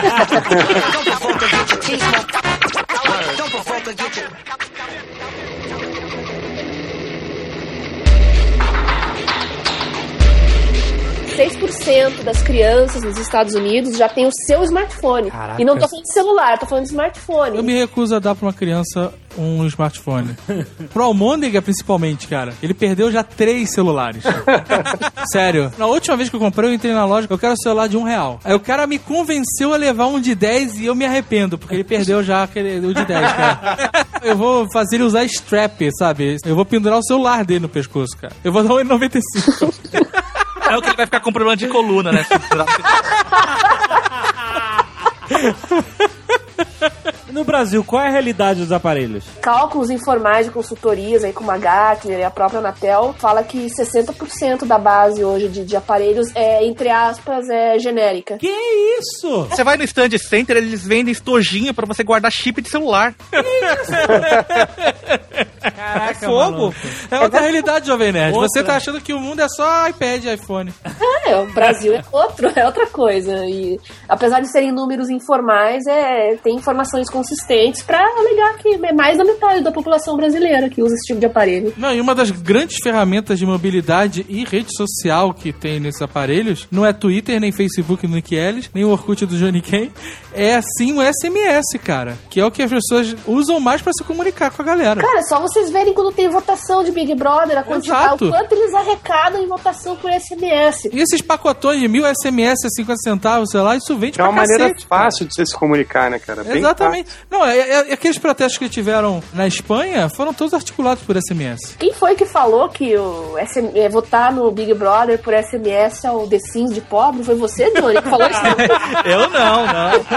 6% das crianças nos Estados Unidos já tem o seu smartphone. Caraca. E não tô falando de celular, tô falando de smartphone. Eu me recuso a dar pra uma criança um smartphone. Pro Almôndega, principalmente, cara. Ele perdeu já 3 celulares. Sério. Na última vez que eu comprei, eu entrei na loja, eu quero um celular de R$1. Aí o cara me convenceu a levar um de 10 e eu me arrependo, porque ele perdeu já o de 10, cara. Eu vou fazer ele usar strap, sabe? Eu vou pendurar o celular dele no pescoço, cara. Eu vou dar um N95. É o que ele vai ficar com problema de coluna, né? No Brasil, qual é a realidade dos aparelhos? Cálculos informais de consultorias aí como a Gartner e a própria Anatel fala que 60% da base hoje de aparelhos é, entre aspas, é genérica. Que isso? Você vai no Stand Center, eles vendem estojinho pra você guardar chip de celular. Caraca, é fogo. É outra realidade, Jovem Nerd. Você tá achando que o mundo é só iPad e iPhone. O Brasil é outra coisa. E apesar de serem números informais, tem informações consistentes pra alegar que é mais da metade da população brasileira que usa esse tipo de aparelho. Não, e uma das grandes ferramentas de mobilidade e rede social que tem nesses aparelhos não é Twitter, nem Facebook do Nick Ellis, nem o Orkut do Johnny Ken, é sim o SMS, cara, que é o que as pessoas usam mais pra se comunicar com a galera. Cara, só vocês verem quando tem votação de Big Brother, a quantidade, o quanto eles arrecadam em votação por SMS. E esses pacotões de 1000 SMS a 50 centavos, sei lá, isso vende pra cacete. É uma maneira fácil de você se comunicar, né, cara? Bem Exatamente. Fácil. Não, aqueles protestos que tiveram na Espanha foram todos articulados por SMS. Quem foi que falou que votar no Big Brother por SMS é o The Sims de pobre? Foi você, Johnny, que falou isso? Eu não.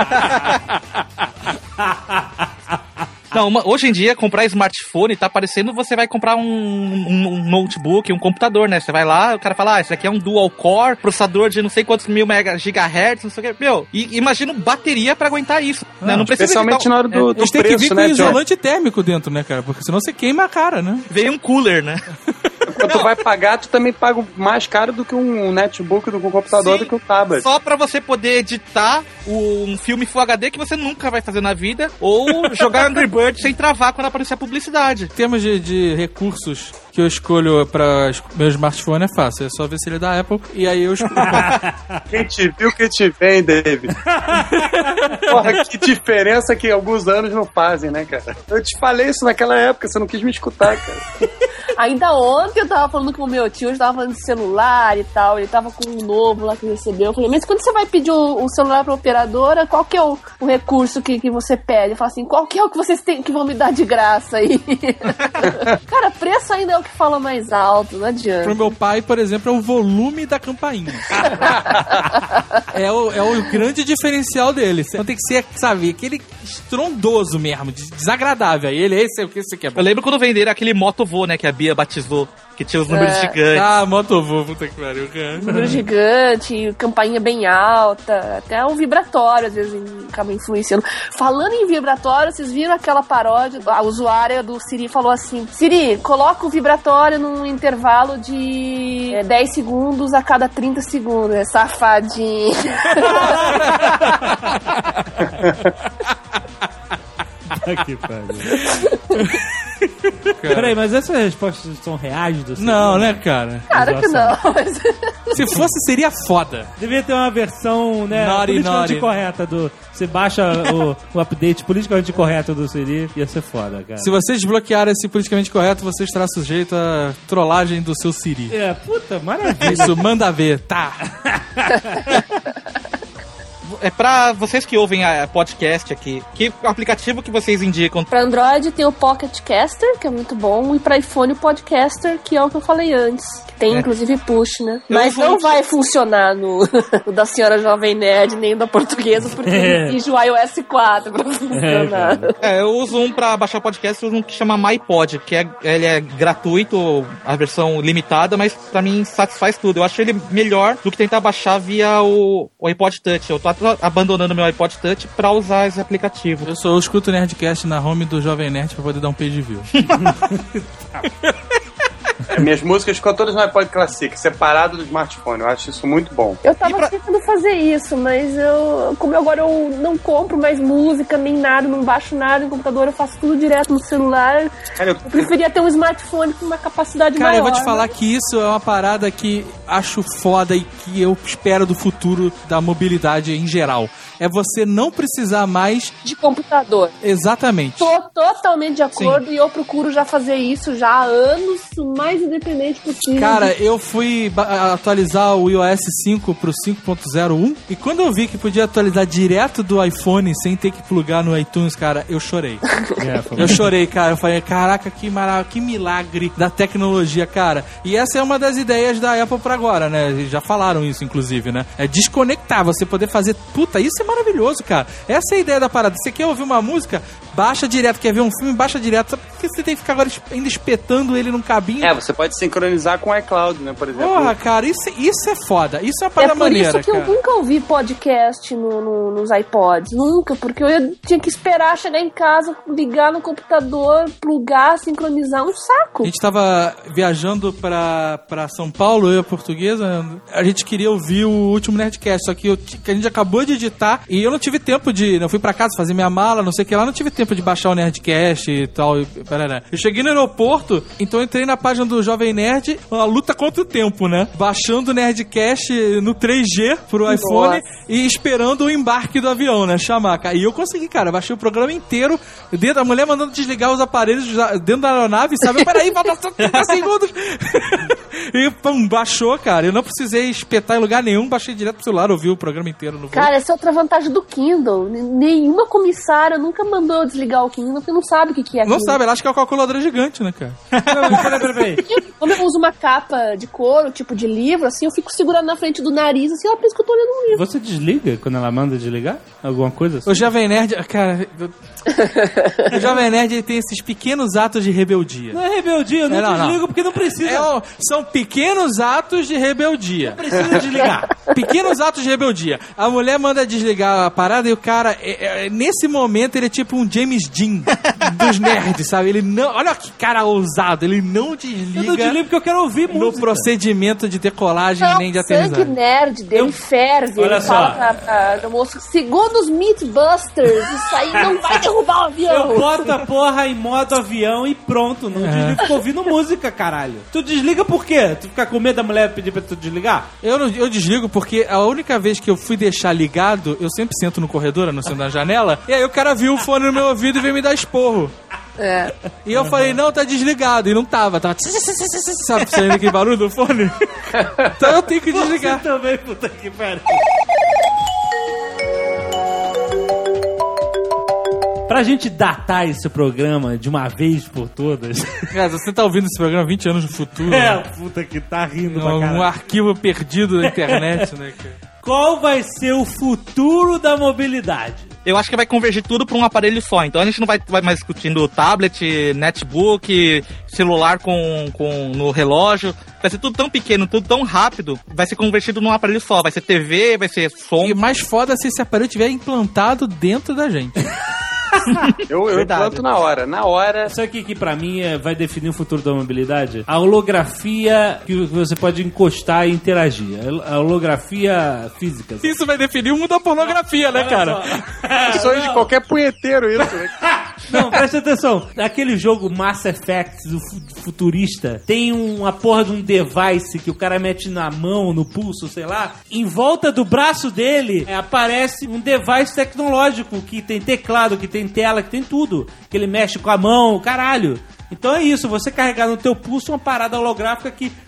Não, hoje em dia, comprar smartphone tá parecendo você vai comprar um notebook, um computador, né? Você vai lá, o cara fala, esse aqui é um dual core, processador de não sei quantos mil gigahertz, não sei o que. Meu, e imagina bateria pra aguentar isso. Né? Não precisa especialmente na hora do preço, tem que vir com né, isolante térmico dentro, né, cara? Porque senão você queima a cara, né? Veio um cooler, né? Quando tu vai pagar, tu também paga mais caro do que um netbook, do que um computador, do que um tablet. Só pra você poder editar um filme Full HD que você nunca vai fazer na vida, ou jogar Angry Birds sem travar quando aparecer a publicidade. Em termos de recursos que eu escolho pra meu smartphone é fácil, é só ver se ele é da Apple, e aí eu escolho. Quem te viu, quem te vem, David. Porra, que diferença que alguns anos não fazem, né, cara? Eu te falei isso naquela época, você não quis me escutar, cara. Ainda ontem eu tava falando com o meu tio, a gente tava falando de celular e tal, ele tava com um novo lá que recebeu. Eu falei, mas quando você vai pedir um celular pra operadora, qual que é o recurso que você pede? Eu falo assim, qual que é o que vocês têm que vão me dar de graça aí? Cara, preço ainda é o que fala mais alto, não adianta. Pro meu pai, por exemplo, é o volume da campainha. é o grande diferencial dele. Então tem que ser, sabe, aquele estrondoso mesmo, desagradável. Aí esse é o que você quer. Eu lembro quando venderam aquele Motovô, né, que a Bia batizou, que tinha os números gigantes. Ah, Motovô, puta que pariu. Número gigante, campainha bem alta, até um vibratório às vezes acaba influenciando. Falando em vibratório, vocês viram aquela paródia? A usuária do Siri falou assim, Siri, coloca o vibratório num intervalo de 10 segundos a cada 30 segundos. É safadinho. Que pariu. Peraí, mas essas respostas são reais do Siri? Não, né, cara? Claro que não. Mas... Se fosse, seria foda. Devia ter uma versão, né, politicamente correta do... Você baixa o update politicamente correto do Siri, ia ser foda, cara. Se você desbloquear esse politicamente correto, você estará sujeito à trollagem do seu Siri. É, puta, maravilha. Isso, manda ver, tá. pra vocês que ouvem a podcast aqui, que aplicativo que vocês indicam? Pra Android tem o Pocket Caster, que é muito bom, e pra iPhone o Podcaster, que é o que eu falei antes. Que tem inclusive push, né? Mas não vai funcionar no da senhora Jovem Nerd, nem da portuguesa, porque exige o iOS 4 pra funcionar. Eu uso um pra baixar podcast, eu uso um que chama MyPod, que ele é gratuito, a versão limitada, mas pra mim satisfaz tudo. Eu acho ele melhor do que tentar baixar via o iPod Touch. Eu tô abandonando meu iPod Touch pra usar esse aplicativo. Eu escuto o Nerdcast na home do Jovem Nerd pra poder dar um page view. Minhas músicas ficam todas no iPod Classic, separado do smartphone. Eu acho isso muito bom. Eu tava tentando fazer isso, mas como agora eu não compro mais música, nem nada, não baixo nada no computador, eu faço tudo direto no celular. Cara, eu preferia ter um smartphone com uma capacidade maior. Cara, eu vou te falar que isso é uma parada que acho foda e que eu espero do futuro da mobilidade em geral. É você não precisar mais de computador. Exatamente. Tô totalmente de acordo. Sim. E eu procuro já fazer isso já há anos, o mais independente possível. Cara, eu fui atualizar o iOS 5 pro 5.01 e quando eu vi que podia atualizar direto do iPhone sem ter que plugar no iTunes, cara, eu chorei. Eu chorei, cara. Eu falei, caraca, que milagre da tecnologia, cara. E essa é uma das ideias da Apple pra agora, né? Já falaram isso, inclusive, né? É desconectar, você poder fazer... Puta, isso é maravilhoso, cara. Essa é a ideia da parada. Você quer ouvir uma música, baixa direto. Quer ver um filme, baixa direto. Sabe por que você tem que ficar agora ainda espetando ele num cabinho? Você pode sincronizar com o iCloud, né, por exemplo. Porra, cara, isso é foda. Isso é uma parada maneira, cara. É por isso que eu nunca ouvi podcast nos iPods. Nunca, porque eu tinha que esperar chegar em casa, ligar no computador, plugar, sincronizar, um saco. A gente tava viajando pra São Paulo, eu e a portuguesa, a gente queria ouvir o último Nerdcast, só que a gente acabou de editar e eu não tive tempo eu fui pra casa fazer minha mala, não sei o que lá, não tive tempo de baixar o Nerdcast e tal. Eu cheguei no aeroporto, então entrei na página do Jovem Nerd, uma luta contra o tempo, né? Baixando o Nerdcast no 3G pro iPhone e esperando o embarque do avião, né? Chamar. E eu consegui, cara, baixei o programa inteiro, a mulher mandando desligar os aparelhos dentro da aeronave, sabe? Peraí, falta 30 segundos. E pum, baixou, cara. Eu não precisei espetar em lugar nenhum, baixei direto pro celular, ouvi o programa inteiro no voo. Cara, essa é outra vantagem do Kindle. Nenhuma comissária nunca mandou desligar o Kindle, porque não sabe o que é Não sabe, ela acha que é uma calculadora gigante, né, cara? Peraí. Quando eu uso uma capa de couro, tipo de livro, assim, eu fico segurando na frente do nariz, assim, penso que eu tô lendo um livro. Você desliga quando ela manda desligar? Alguma coisa assim? O Jovem Nerd, cara... O Jovem Nerd, ele tem esses pequenos atos de rebeldia. Não é rebeldia, eu não desligo porque não precisa. São pequenos atos de rebeldia. Não precisa desligar. Pequenos atos de rebeldia. A mulher manda desligar a parada e o cara, nesse momento, ele é tipo um James Dean dos nerds, sabe? Ele não... Olha que cara ousado, ele não desliga... Eu não desligo porque eu quero ouvir música. No procedimento de decolagem nem de aterrissagem. O sangue nerd dele ferve. Olha ele fala pra moço, segundo os Mythbusters, isso aí não vai derrubar o avião. Eu boto a porra em modo avião e pronto. Não desligo, fico ouvindo música, caralho. Tu desliga por quê? Tu fica com medo da mulher pedir pra tu desligar? Eu desligo porque a única vez que eu fui deixar ligado, eu sempre sento no corredor, no centro da janela, e aí o cara viu o fone no meu ouvido e veio me dar esporro. E eu falei, não, tá desligado. E não tava. Sabe, saindo aquele barulho do fone? Então eu tenho que desligar. Você também, puta que pariu. Pra gente datar esse programa de uma vez por todas... Cara, você tá ouvindo esse programa 20 anos no futuro. Puta que tá rindo pra caralho. Um arquivo perdido na internet, né, cara? Qual vai ser o futuro da mobilidade? Eu acho que vai convergir tudo para um aparelho só. Então a gente não vai mais discutindo tablet, netbook, celular no relógio. Vai ser tudo tão pequeno, tudo tão rápido. Vai ser convertido num aparelho só. Vai ser TV, vai ser som. E mais foda se esse aparelho estiver implantado dentro da gente. Eu implanto na hora. Isso aqui que pra mim vai definir o futuro da mobilidade. A holografia que você pode encostar e interagir. A holografia física. Isso vai definir o mundo da pornografia, né, cara? Sonho de qualquer punheteiro isso, né? Não, presta atenção. Aquele jogo Mass Effect do futurista, tem uma porra de um device que o cara mete na mão, no pulso, sei lá. Em volta do braço dele aparece um device tecnológico que tem teclado, que tem tela, que tem tudo. Que ele mexe com a mão, caralho. Então é isso, você carregar no teu pulso uma parada holográfica que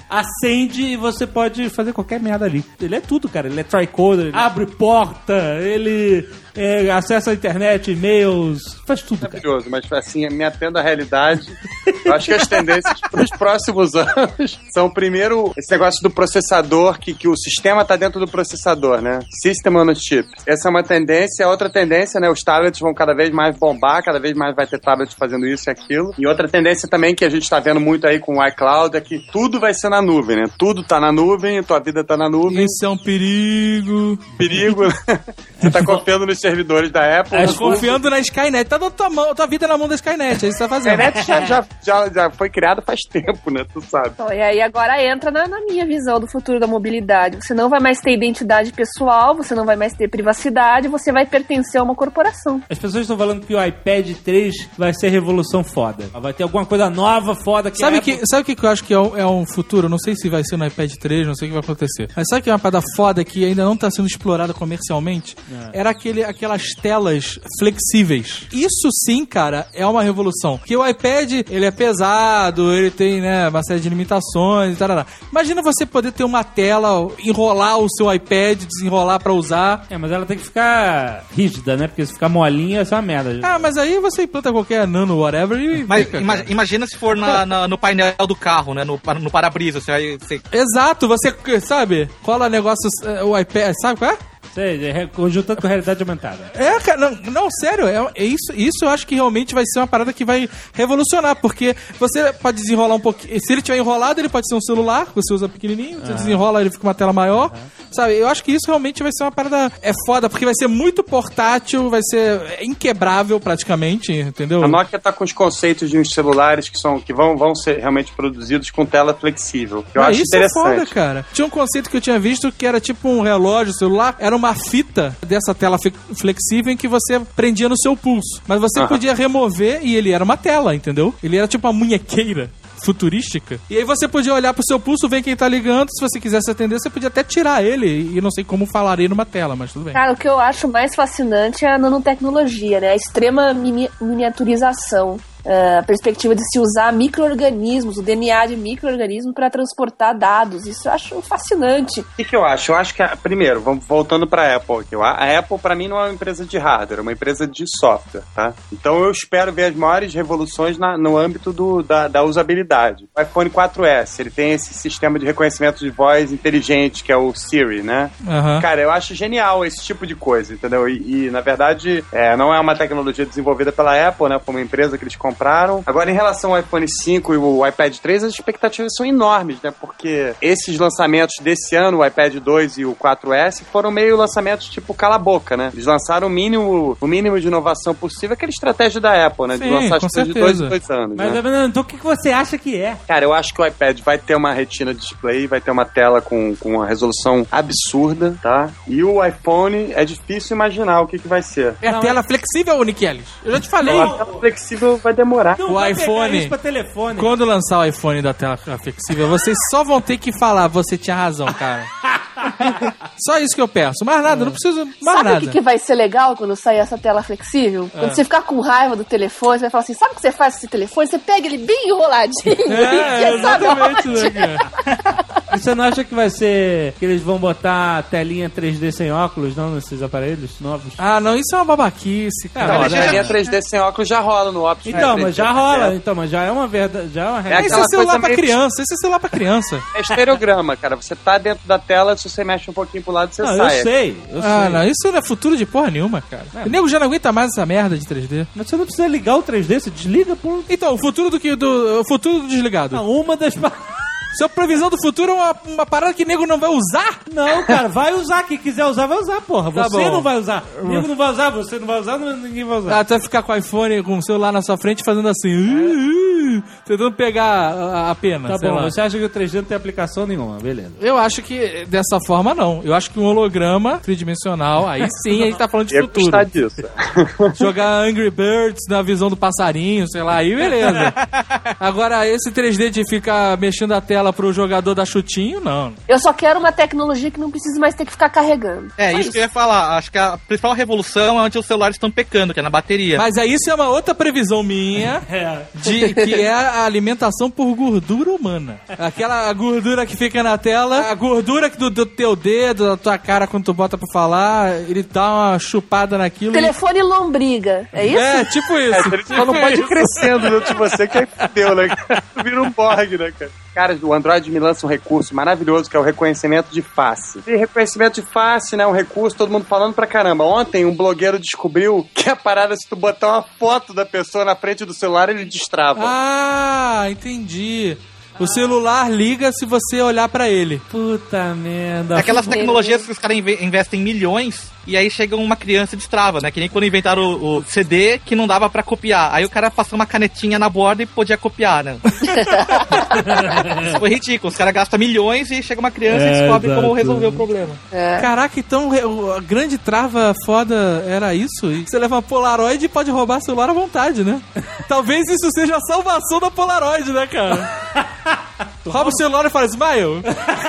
acende e você pode fazer qualquer merda ali. Ele é tudo, cara. Ele é tricorder, ele abre porta, ele acessa a internet, e-mails, faz tudo, cara. Maravilhoso, mas assim, me atendo à realidade. Eu acho que as tendências para os próximos anos são, primeiro, esse negócio do processador, que o sistema tá dentro do processador, né? System on a chip. Essa é uma tendência. Outra tendência, né? Os tablets vão cada vez mais bombar, cada vez mais vai ter tablets fazendo isso e aquilo. E outra tendência também que a gente tá vendo muito aí com o iCloud é que tudo vai ser na nuvem, né? Tudo tá na nuvem, tua vida tá na nuvem. Isso é um perigo. Perigo. Você tá confiando nos servidores da Apple. Mas confiando na Skynet. Tá dando tua vida na mão da Skynet. É isso que você tá fazendo. A Skynet já foi criada faz tempo, né? Tu sabe. Então, e aí agora entra na minha visão do futuro da mobilidade. Você não vai mais ter identidade pessoal, você não vai mais ter privacidade, você vai pertencer a uma corporação. As pessoas estão falando que o iPad 3 vai ser revolução foda. Vai ter alguma coisa nova, foda. Sabe o que eu acho que é um futuro? Não sei se vai ser no iPad 3, não sei o que vai acontecer. Mas sabe que é uma parada foda que ainda não tá sendo explorada comercialmente? Era aquelas telas flexíveis. Isso sim, cara, é uma revolução. Porque o iPad, ele é pesado, ele tem, né, uma série de limitações e tal. Imagina você poder ter uma tela, enrolar o seu iPad, desenrolar pra usar. Mas ela tem que ficar rígida, né? Porque se ficar molinha, isso é uma merda. Mas aí você implanta qualquer nano, whatever e... Mas imagina se for no painel do carro, né? No para-brisa. Exato, você, sabe? Cola negócio, o iPad, sabe qual é? Sei, conjuntando com a realidade aumentada. Cara, não, sério, isso eu acho que realmente vai ser uma parada que vai revolucionar, porque você pode desenrolar um pouquinho, se ele tiver enrolado, ele pode ser um celular, você usa pequenininho, você desenrola, ele fica uma tela maior, sabe? Eu acho que isso realmente vai ser uma parada, foda, porque vai ser muito portátil, vai ser inquebrável praticamente, entendeu? A Nokia tá com os conceitos de uns celulares que vão ser realmente produzidos com tela flexível, que eu acho isso interessante. É foda, cara. Tinha um conceito que eu tinha visto que era tipo um relógio celular, era uma fita dessa tela flexível em que você prendia no seu pulso. Mas você podia remover e ele era uma tela, entendeu? Ele era tipo uma munhequeira futurística. E aí você podia olhar pro seu pulso, ver quem tá ligando. Se você quisesse atender, você podia até tirar ele. E não sei como falaria numa tela, mas tudo bem. Cara, o que eu acho mais fascinante é a nanotecnologia, né? A extrema miniaturização. A perspectiva de se usar micro-organismos, o DNA de micro-organismos para transportar dados. Isso eu acho fascinante. O que eu acho? Eu acho que, primeiro, vamos voltando para a Apple aqui. A Apple, para mim, não é uma empresa de hardware, é uma empresa de software, tá? Então eu espero ver as maiores revoluções no âmbito da usabilidade. O iPhone 4S, ele tem esse sistema de reconhecimento de voz inteligente, que é o Siri, né? Cara, eu acho genial esse tipo de coisa, entendeu? E na verdade, não é uma tecnologia desenvolvida pela Apple, né? Foi uma empresa que eles compraram. Agora, em relação ao iPhone 5 e o iPad 3, as expectativas são enormes, né? Porque esses lançamentos desse ano, o iPad 2 e o 4S, foram meio lançamentos tipo cala-boca, né? Eles lançaram o mínimo de inovação possível, aquela estratégia da Apple, né? Sim, de lançar as coisas de 2 em 2 anos. Mas, né? então o que você acha que é? Cara, eu acho que o iPad vai ter uma retina display, vai ter uma tela com uma resolução absurda, tá? E o iPhone, é difícil imaginar o que vai ser. É a tela flexível, Nick Ellis? Eu já te falei. A tela flexível vai demorar. Não, o iPhone, quando lançar o iPhone da tela flexível, vocês só vão ter que falar, você tinha razão, cara. Só isso que eu peço. Mais nada, não preciso mais sabe nada. Sabe o que vai ser legal quando sair essa tela flexível? Quando você ficar com raiva do telefone, você vai falar assim, sabe o que você faz com esse telefone? Você pega ele bem enroladinho. Exatamente, né, cara? Você não acha que vai ser que eles vão botar a telinha 3D sem óculos, não, nesses aparelhos novos? Não, isso é uma babaquice, cara. A telinha 3D sem óculos já rola no Optus. Então, mas já rola. Então, mas já é uma verdade, já é uma realidade. Esse é celular pra criança, esse é celular pra criança. É estereograma, cara. Você tá dentro da tela, se você mexe um pouquinho pro lado, você sai. Eu sei. Não, isso não é futuro de porra nenhuma, cara. O nego já não aguenta mais essa merda de 3D. Mas você não precisa ligar o 3D, você desliga, pô. Então, o futuro o futuro do desligado. Não, uma das... Sua previsão do futuro é uma parada que nego não vai usar? Não, cara, vai usar. Quem quiser usar, vai usar, porra. Você não vai usar. O nego não vai usar, você não vai usar, ninguém vai usar. Tu vai ficar com o iPhone, com o celular na sua frente, fazendo assim... tentando pegar a pena. Tá bom, lá. Você acha que o 3D não tem aplicação nenhuma, beleza. Eu acho que dessa forma não. Eu acho que um holograma tridimensional, aí sim a gente tá falando de futuro. Gostar disso. Jogar Angry Birds na visão do passarinho, sei lá, aí beleza. Agora, esse 3D de ficar mexendo a tela pro jogador dar chutinho, não. Eu só quero uma tecnologia que não precise mais ter que ficar carregando. Isso que eu ia falar. Acho que a principal revolução é onde os celulares estão pecando, que é na bateria. Mas aí isso é uma outra previsão minha de que que é a alimentação por gordura humana. Aquela gordura que fica na tela, a gordura do teu dedo, da tua cara quando tu bota pra falar, ele dá uma chupada naquilo. Telefone lombriga, é isso? É, tipo isso. Ele só não pode ir crescendo dentro de você, que aí fudeu, né? Vira um Borg, né, cara? Cara, o Android me lança um recurso maravilhoso, que é o reconhecimento de face. E reconhecimento de face, né, um recurso, todo mundo falando pra caramba. Ontem, um blogueiro descobriu que a parada, se tu botar uma foto da pessoa na frente do celular, ele destrava. Ah, entendi. O celular liga se você olhar pra ele. Puta merda. Aquelas tecnologias que os caras investem milhões e aí chega uma criança e destrava, né? Que nem quando inventaram o CD que não dava pra copiar. Aí o cara passou uma canetinha na borda e podia copiar, né? Isso foi ridículo. Os caras gastam milhões e chega uma criança e descobre como resolver o problema. Caraca, então a grande trava foda era isso? E você leva uma Polaroid e pode roubar celular à vontade, né? Talvez isso seja a salvação da Polaroid, né, cara? Rouba o celular e fala, Smile.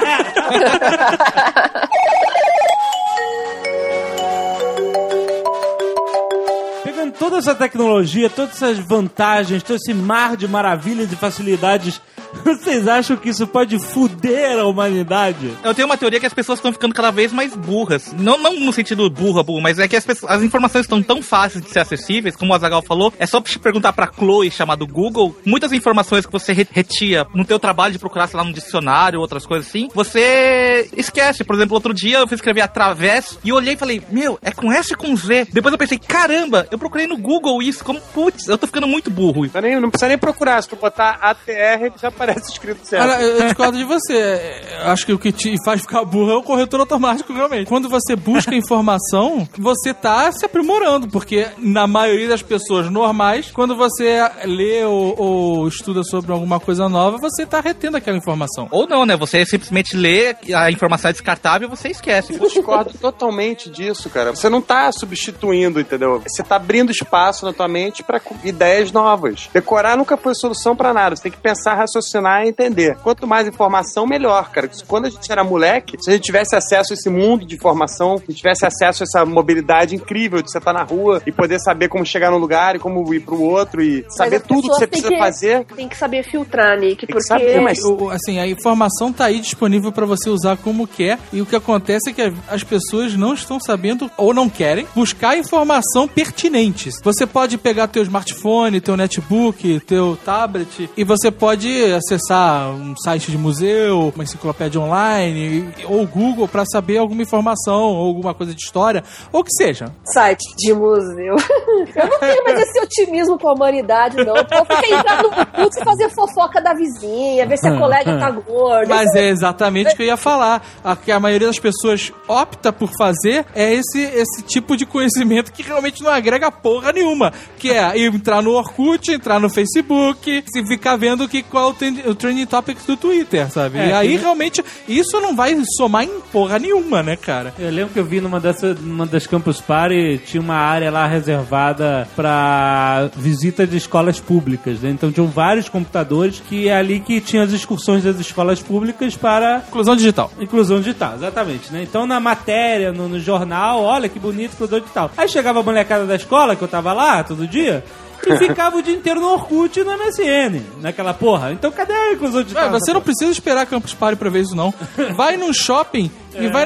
Pegando toda essa tecnologia, todas essas vantagens, todo esse mar de maravilhas e facilidades, vocês acham que isso pode fuder a humanidade? Eu tenho uma teoria que as pessoas estão ficando cada vez mais burras. Não no sentido burro, mas é que as informações estão tão fáceis de ser acessíveis, como o Azaghal falou. É só perguntar pra Chloe, chamado Google, muitas informações que você retia no teu trabalho de procurar, sei lá, num dicionário, outras coisas assim, você esquece. Por exemplo, outro dia eu fui escrever através e olhei e falei, meu, é com S e com Z. Depois eu pensei, caramba, eu procurei no Google isso, como, putz, eu tô ficando muito burro. Não precisa nem procurar, se tu botar ATR, ele já aparece escrito certo. Cara, eu discordo de você. Acho que o que te faz ficar burro é o corretor automático, realmente. Quando você busca informação, você tá se aprimorando, porque na maioria das pessoas normais, quando você lê ou estuda sobre alguma coisa nova, você tá retendo aquela informação. Ou não, né? Você simplesmente lê, a informação é descartável e você esquece. Eu discordo totalmente disso, cara. Você não tá substituindo, entendeu? Você tá abrindo espaço na tua mente pra ideias novas. Decorar nunca foi solução pra nada. Você tem que pensar, raciocinar e entender. Quanto mais informação, melhor, cara. Quando a gente era moleque, se a gente tivesse acesso a esse mundo de informação, se a gente tivesse acesso a essa mobilidade incrível de você estar na rua e poder saber como chegar num lugar e como ir pro outro e saber tudo que você precisa fazer. Tem que saber filtrar, Nick, porque... Saber, mas... assim, a informação tá aí disponível pra você usar como quer, e o que acontece é que as pessoas não estão sabendo ou não querem buscar informação pertinente. Você pode pegar teu smartphone, teu netbook, teu tablet, e você pode acessar um site de museu, uma enciclopédia online, ou Google pra saber alguma informação, ou alguma coisa de história, ou o que seja. Site de museu. Eu não tenho mais esse otimismo com a humanidade, não. Pô, fica entrando no culto e fazer fofoca da vizinha, ver se a colega tá gorda. Mas é exatamente o que eu ia falar. O que a maioria das pessoas opta por fazer é esse tipo de conhecimento que realmente não agrega porra nenhuma. Que é entrar no Orkut, entrar no Facebook, se ficar vendo qual é o trending topics do Twitter, sabe? E aí, realmente, isso não vai somar em porra nenhuma, né, cara? Eu lembro que eu vi numa das Campus Party, tinha uma área lá reservada pra visita de escolas públicas, né? Então tinham vários computadores que é ali que tinham as excursões das escolas públicas para... Inclusão digital. Inclusão digital, exatamente, né? Então na matéria, no jornal, olha que bonito, inclusão digital. Aí chegava a molecada da escola, que eu tava lá todo dia... E ficava o dia inteiro no Orkut e no MSN, naquela porra. Então cadê a inclusão digital? Você não precisa esperar Campus Party pra ver isso, não. Vai num shopping e vai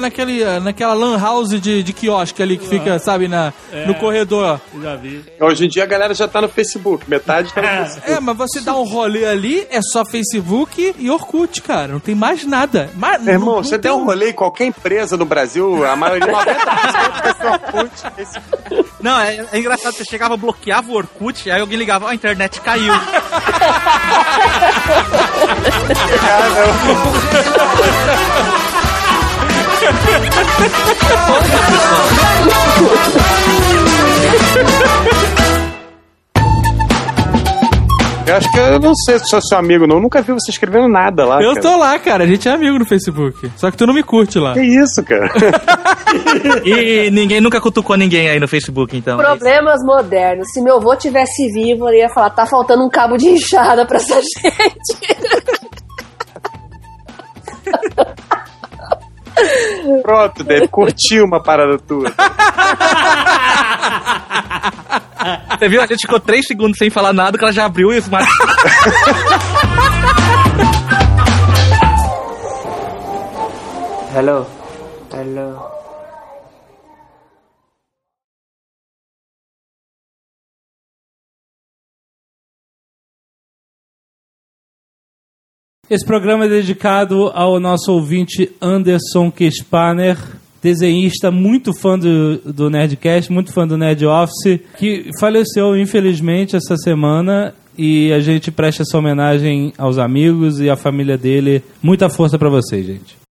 naquela lan house de quiosque ali que fica, sabe, no corredor. Já vi. Hoje em dia a galera já tá no Facebook, metade tá no Facebook. Mas você dá um rolê ali, é só Facebook e Orkut, cara. Não tem mais nada. Meu irmão, você der um rolê em qualquer empresa no Brasil, a maioria, 90% vai ser Orkut. Não, é engraçado, você chegava, bloqueava o Orkut, aí alguém ligava, a internet caiu. Eu acho que eu não sei se sou seu amigo, não. Eu nunca vi você escrevendo nada lá. Eu tô lá, cara. A gente é amigo no Facebook. Só que tu não me curte lá. Que isso, cara? E ninguém nunca cutucou ninguém aí no Facebook, então. Problemas modernos. Se meu avô tivesse vivo, ele ia falar: tá faltando um cabo de enxada pra essa gente. Pronto, Dave. Curtiu uma parada tua. Você viu? A gente ficou 3 segundos sem falar nada, que ela já abriu e o Smart... Hello. Esse programa é dedicado ao nosso ouvinte Anderson Kespaner, desenhista muito fã do Nerdcast, muito fã do Nerd Office, que faleceu infelizmente essa semana, e a gente presta essa homenagem aos amigos e à família dele. Muita força pra vocês, gente.